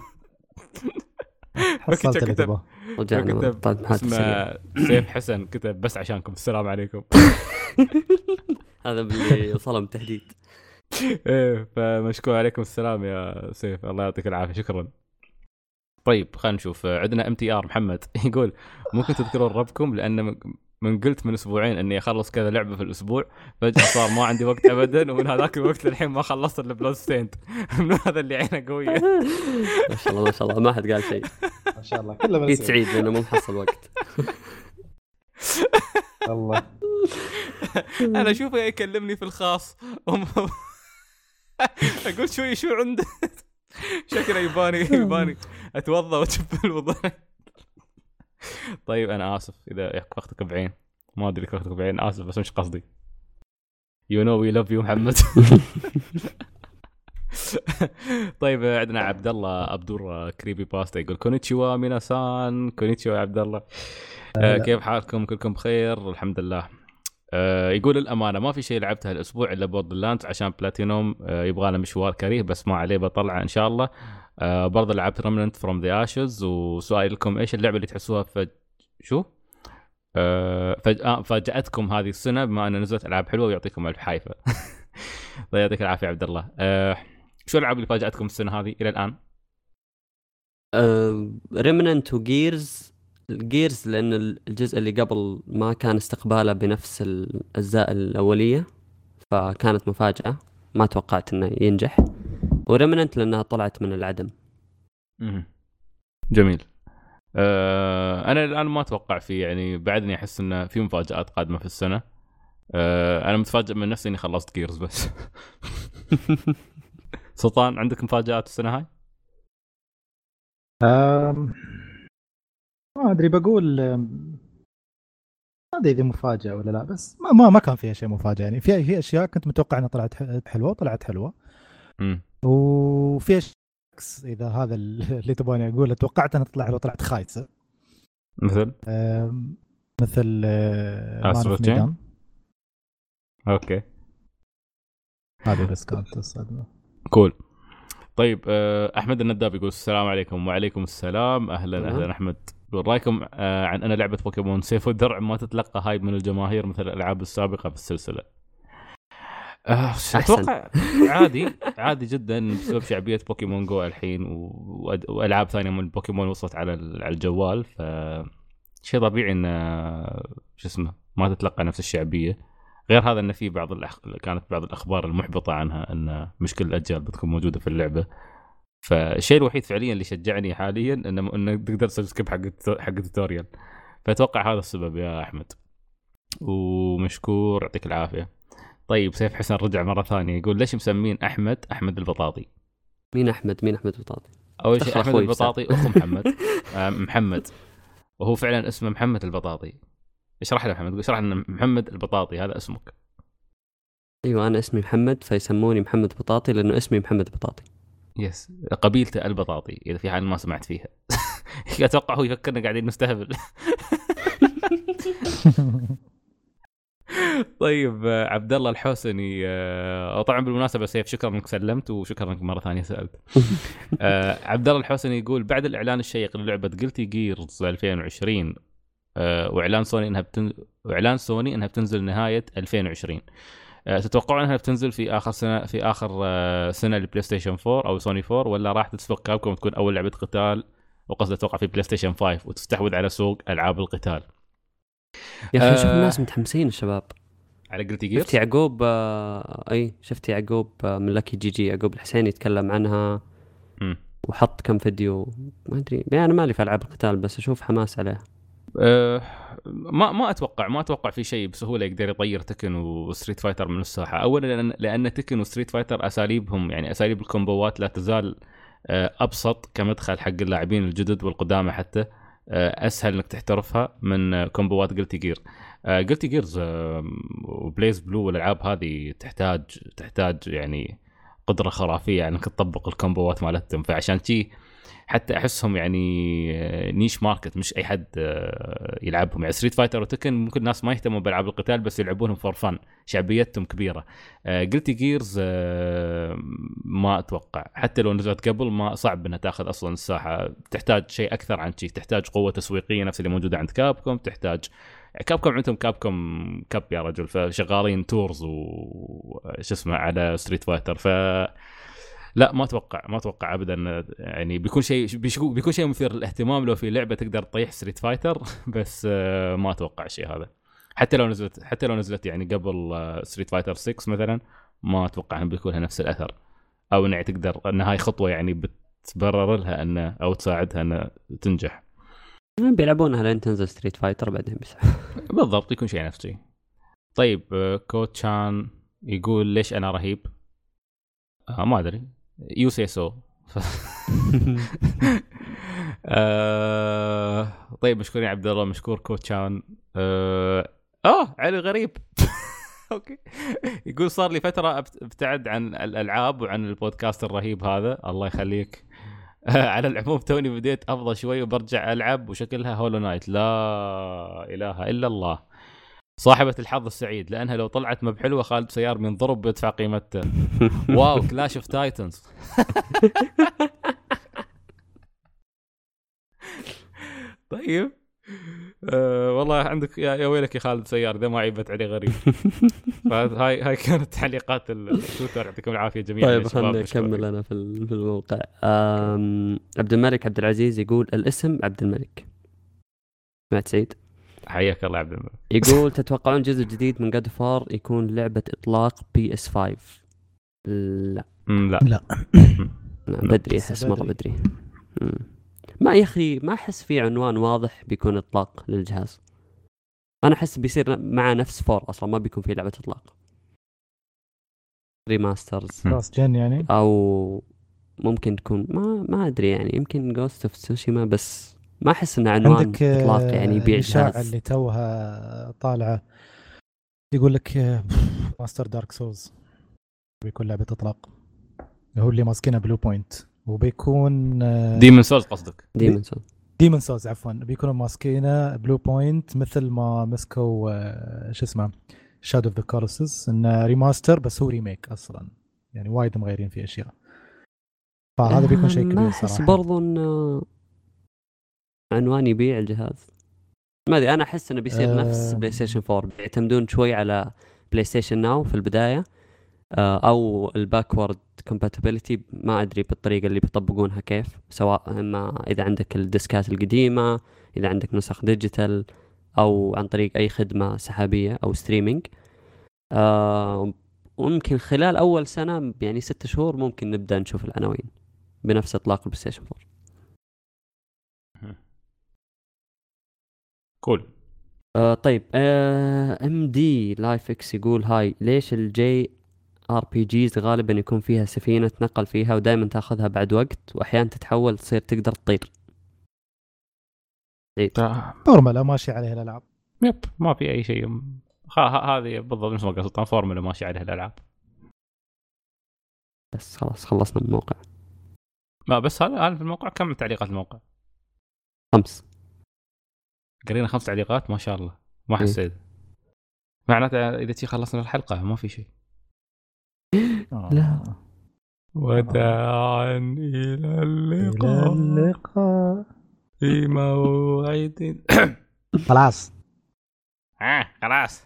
حصلت كتب اسمه سيف حسن كتب بس عشانكم السلام عليكم. هذا اللي صلم تهديد. ايه فمشكور عليكم السلام يا سيف، الله يعطيك العافيه، شكرا. طيب خلينا نشوف، عندنا MTR محمد يقول ممكن تذكرون ربكم لان من قلت من اسبوعين اني اخلص كذا لعبه في الاسبوع، فجاه صار ما عندي وقت ابدا، ومن هذاك الوقت للحين ما خلصت البلود ستيند. من هذا اللي عينه قويه. ما شاء الله ما شاء الله، ما حد قال شيء. ما شاء الله كله في سعيد لانه مو محصل وقت. الله. انا اشوفه يكلمني في الخاص اقول شو عنده. شكله يباني اتوضا واشوف الوضوء. طيب انا اسف اذا اخذتك بعين، ما ادري اخذتك بعين، اسف بس مش قصدي. يو نو وي لاف يو محمد. طيب عندنا عبد الله عبدور كريبي باستا يقول كونيتشوا ميناسان. كونيتشوا يا عبد الله. كيف حالكم؟ كلكم بخير الحمد لله. يقول الأمانة ما في شيء لعبتها الأسبوع إلا بوردرلاندز عشان بلاتينوم يبغى له مشوار كريه، بس ما عليه بطلعه إن شاء الله. برضه لعبت Remnant from the Ashes. وسؤال لكم إيش اللعبة اللي تحسوها فاجأتكم هذه السنة بما أن نزلت ألعاب حلوة ويعطيكم ألف حايفة. الله يعطيك العافية عبد الله. شو الألعاب اللي فاجأتكم السنة هذه إلى الآن؟ Remnant وجيرز. الجيرز لأن الجزء اللي قبل ما كان استقباله بنفس الأجزاء الأولية، فكانت مفاجأة ما توقعت إنه ينجح. وريمننت لأنها طلعت من العدم. جميل. أنا الآن ما أتوقع فيه يعني، بعدني أحس إنه في مفاجآت قادمة في السنة. أنا متفاجئ من نفسي إني خلصت جيرز بس. سلطان عندك مفاجآت السنة هاي؟ ما ادري بقول ما ادري اذا مفاجاه ولا لا، بس ما كان فيها شيء مفاجئ يعني. في اشياء كنت متوقع انها طلعت حلوه وطلعت حلوه. وفي اشياء اذا هذا اللي تبغاني اقول توقعت انها تطلع حلوه طلعت خايسه. مثل أسترو اوكي هذه بس كانت الصدمه. كول. طيب احمد النداب يقول السلام عليكم. وعليكم السلام. اهلا احمد. رايكم عن ان لعبه بوكيمون سيف والدرع ما تتلقى هايب من الجماهير مثل الالعاب السابقه في السلسله؟ اتوقع عادي جدا بسبب شعبيه بوكيمون جو الحين والعاب ثانيه من بوكيمون وصلت على الجوال، ف شيء طبيعي ان شو اسمه ما تتلقى نفس الشعبيه. غير هذا ان في كانت بعض الاخبار المحبطه عنها ان مش كل الاجيال بتكون موجوده في اللعبه، فالشيء الوحيد فعليا اللي شجعني حاليا انه تقدر تسوي سكيب حق التوتوريال. فاتوقع هذا السبب يا احمد، ومشكور يعطيك العافيه. طيب سيف حسن رجع مره ثانيه يقول ليش مسمين احمد البطاطي؟ مين احمد البطاطي؟ اول شيء احمد البطاطي اخو محمد محمد، وهو فعلا اسمه محمد البطاطي. اشرح له محمد، اشرح لنا محمد البطاطي هذا اسمك. ايوه انا اسمي محمد فيسموني محمد بطاطي لانه اسمي محمد بطاطي. يس قبيلته البطاطي اذا في حال ما سمعت فيها. اتوقع هو يفكرنا قاعدين نستهبل. طيب عبد الله الحوسني، طبعا بالمناسبه سيف شكرا انك سلمت وشكرا انك مره ثانيه سالت. عبد الله الحوسني يقول بعد الاعلان الشيق للعبه جلتي جيرز 2020 واعلان سوني انها بتنزل نهايه 2020، تتوقعون انها بتنزل في اخر سنه للبلاي ستيشن 4 او سوني 4، ولا راح تسبق كابكوم تكون اول لعبه قتال وقصد اتوقع في بلاي ستيشن 5 وتستحوذ على سوق العاب القتال؟ يا اخي شوف الناس متحمسين الشباب على قلتي جيرز. شفت يعقوب شفت يعقوب من لكي جي يعقوب الحسين يتكلم عنها وحط كم فيديو ما ادري يعني. انا مالي في العاب القتال بس اشوف حماس عليها. ما اتوقع في شيء بسهوله يقدر يطير تكن وستريت فايتر من الساحه. اولا لان تكن وستريت فايتر اساليبهم يعني اساليب الكومبوات لا تزال ابسط كمدخل حق اللاعبين الجدد والقدامى، حتى اسهل انك تحترفها من كومبوات جلتي جير. جلتي جيرز وبليز بلو والالعاب هذه تحتاج يعني قدره خرافيه انك تطبق الكومبوات مالتهم. فعشان شي حتى احسهم يعني نيش ماركت، مش اي حد يلعبهم. يعني ستريت فايتر وتكن ممكن الناس ما يهتموا بالعاب القتال بس يلعبونهم فور فن، شعبيتهم كبيره. قلتي جيرز ما اتوقع حتى لو نزلت قبل ما صعب انها تاخذ اصلا الساحه. تحتاج شيء اكثر عن شيء، تحتاج قوه تسويقيه نفس اللي موجوده عند كابكوم. تحتاج كابكوم عندهم كابكوم كاب يا رجل، فشغالين تورز وش اسمه على ستريت فايتر. لا ما اتوقع ابدا يعني بيكون شيء مثير للاهتمام لو في لعبه تقدر تطيح ستريت فايتر. بس ما اتوقع الشيء هذا حتى لو نزلت يعني قبل ستريت فايتر 6 مثلا، ما اتوقع انه بيكون لها نفس الاثر، او انها تقدر ان هاي خطوه يعني بتبرر لها انه او تساعدها انها تنجح. بيلعبونها لين تنزل ستريت فايتر بعدين بس. بالضبط يكون شيء نفسي. طيب كوتشان يقول ليش انا رهيب؟ ما ادري يو سي سو. طيب مشكورين عبد الله، مشكور كوتشان. علي غريب. اوكي يقول صار لي فتره ابتعد عن الالعاب وعن البودكاست الرهيب هذا، الله يخليك. على العموم توني بديت افضل شوي وبرجع العب وشكلها هولو نايت، لا اله الا الله. صاحبة الحظ السعيد لأنها لو طلعت مب حلوة خالد سيار من ضرب بيدفع قيمتها. واو كلاش اوف تايتنز. طيب والله عندك يا ويلك يا خالد سيار ذا ما عيبت عليه غريب. هاي كانت تعليقات التويتر، يعطيكم العافية جميعا. طيب خلنا نكمل أنا في الموقع. عبد الملك عبد العزيز يقول الاسم عبد الملك. سمعت سعيد؟ حياك الله عبد الملك. يقول تتوقعون جزء جديد من God of War يكون لعبة إطلاق PS5؟ لا بدري، أحس مرة بدري. ما يا أخي ما أحس في عنوان واضح بيكون إطلاق للجهاز. أنا أحس بيصير مع نفس 4 أصلا ما بيكون في لعبة إطلاق، ريماسترز راس جن يعني، أو ممكن تكون ما أدري يعني يمكن Ghost of Tsushima، بس ما أحس إنه عنوان إطلاق يعني يبيع جهاز. اللي توها طالعة يقول لك ماستر دارك سولز بيكون لعبة إطلاق، هو اللي ماسكينها بلو بوينت، وبيكون ديمون سولز قصدك؟ ديمون سولز عفوا، بيكونوا ماسكينها بلو بوينت مثل ما مسكوا شو اسمه شادو اوف ذا كولوسس، انه ريماستر بس هو ريميك اصلا، يعني وايد مغيرين فيه اشياء. فهذا بيكون شيء كبير صراحة. ما أحس برضو إنه عنوان يبيع الجهاز. ما أدري، أنا أحس إنه بيصير نفس بلاي ستيشن 4، بيعتمدون شوي على بلاي ستيشن ناو في البداية، أو الباكورد كومباتيبلتي، ما أدري بالطريقة اللي بيطبقونها كيف، سواء ما إذا عندك الديسكات القديمة، إذا عندك نسخ ديجيتال، أو عن طريق أي خدمة سحابية أو ستريمينج. وممكن خلال أول سنة يعني 6 شهور ممكن نبدأ نشوف العناوين. بنفس إطلاق البلاي ستيشن 4. كول. طيب ام دي لايف اكس يقول هاي، ليش الجي ار بي جيز غالبا يكون فيها سفينة تنقل فيها ودائما تاخذها بعد وقت، واحيانا تتحول تصير تقدر تطير؟ فورمولا ماشي عليها الالعاب. يب ما في اي شيء. هذه بالضبط مثل ما قلت سلطان، فورمولا ماشي عليها الالعاب. بس خلاص خلصنا من الموقع. ما بس هذا في الموقع كم تعليقات الموقع؟ 5. قرينا 5 تعليقات ما شاء الله، ما حسيت. معناته اذا شي خلصنا الحلقه ما في شيء. لا. وداعا الى اللقاء في موعد. خلاص خلاص.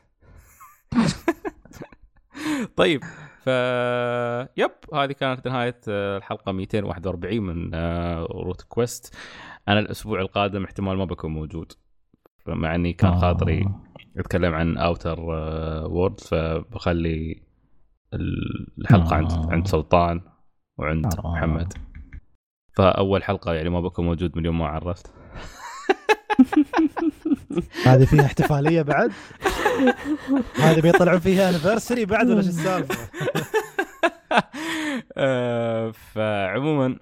طيب يب هذه كانت نهاية الحلقة 241 من روت كويست. أنا الأسبوع القادم احتمال ما بكون موجود، مع أني كان خاطري أتكلم عن أوتر وورد، فبخلي الحلقة عند سلطان وعند محمد. فأول حلقة يعني ما بكون موجود من يوم ما عرفت. هذه فيها احتفالية بعد؟ هذه بيطلعون فيها انيفرساري بعد ولا شو السالفة؟ فعموما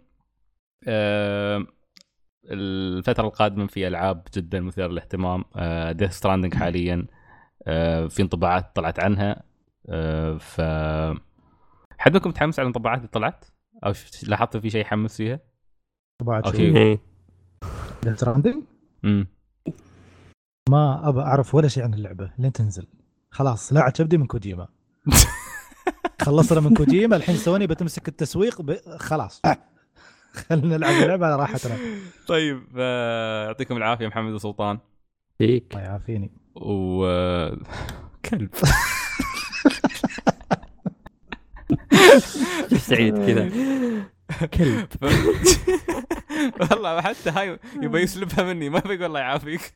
الفترة القادمة في ألعاب جدا مثيرة للاهتمام. ديث ستراندنج حاليا في انطباعات طلعت عنها. ف حد منكم متحمس على الانطباعات اللي طلعت أو لاحظت في شيء يحمس فيها؟ طبعا شيء ديث ستراندنج ما أبى أعرف ولا شيء عن اللعبة لين تنزل. خلاص لا عتبدي من كوجيما. خلصنا من كوجيما، الحين سوني بتمسك التسويق خلاص خلينا نلعب اللعبة على راحتنا. طيب يعطيكم العافية محمد وسلطان. فيك الله يعافيني. كلب سعيد كذا كلب. والله حتى هاي يبي يسلبها مني، ما بيقول الله يعافيك.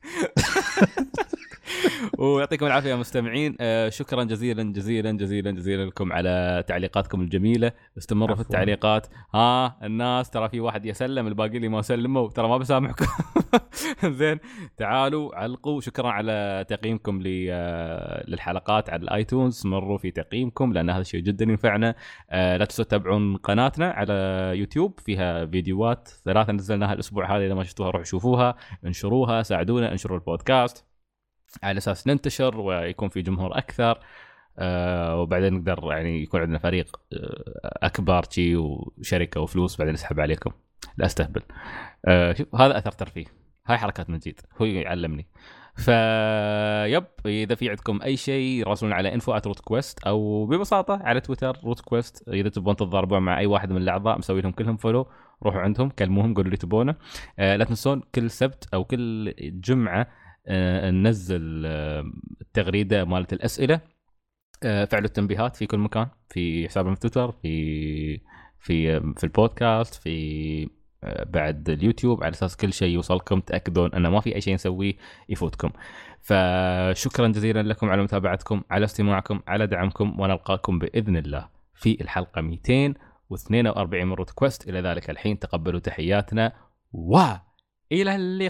ويعطيكم العافيه يا مستمعين. شكرا جزيلا جزيلا جزيلا جزيلا لكم على تعليقاتكم الجميله. استمروا في التعليقات. الناس ترى في واحد يسلم، الباقي اللي ما سلموا ترى ما بسامحكم. زين تعالوا علقوا. شكرا على تقييمكم للحلقات على الايتونز. مروا في تقييمكم لان هذا الشيء جدا ينفعنا. لا تنسوا تتابعون قناتنا على يوتيوب، فيها فيديوهات 3 نزلناها الاسبوع هذا، اذا ما شفتوها روحوا شوفوها، انشروها، ساعدونا انشروا البودكاست على اساس ننتشر ويكون في جمهور اكثر. وبعدين نقدر يعني يكون عندنا فريق اكبر شيء وشركه وفلوس بعدين نسحب عليكم. لا استهبل. شوف هذا اثر ترفيه، هاي حركات مجيد هو يعلمني. فيب اذا في عندكم اي شيء راسلونا على info@rootquest او ببساطه على تويتر rootquest. اذا تبون تتضاربون مع اي واحد من الاعضاء مسوي لهم كلهم فولو، روحوا عندهم كلموهم قولوا لي تبونه. لا تنسون كل سبت او كل جمعه ننزل التغريده مالت الاسئله. فعلوا التنبيهات في كل مكان، في حسابنا في تويتر، في البودكاست، في بعد اليوتيوب، على اساس كل شيء يوصلكم. تاكدون ان ما في اي شيء نسويه يفوتكم. فشكرا جزيلا لكم على متابعتكم، على استماعكم، على دعمكم، ونلقاكم باذن الله في الحلقه 242 من روت كويست. الى ذلك الحين تقبلوا تحياتنا والى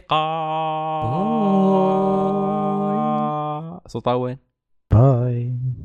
اللقاء. سلطان وين؟ باي.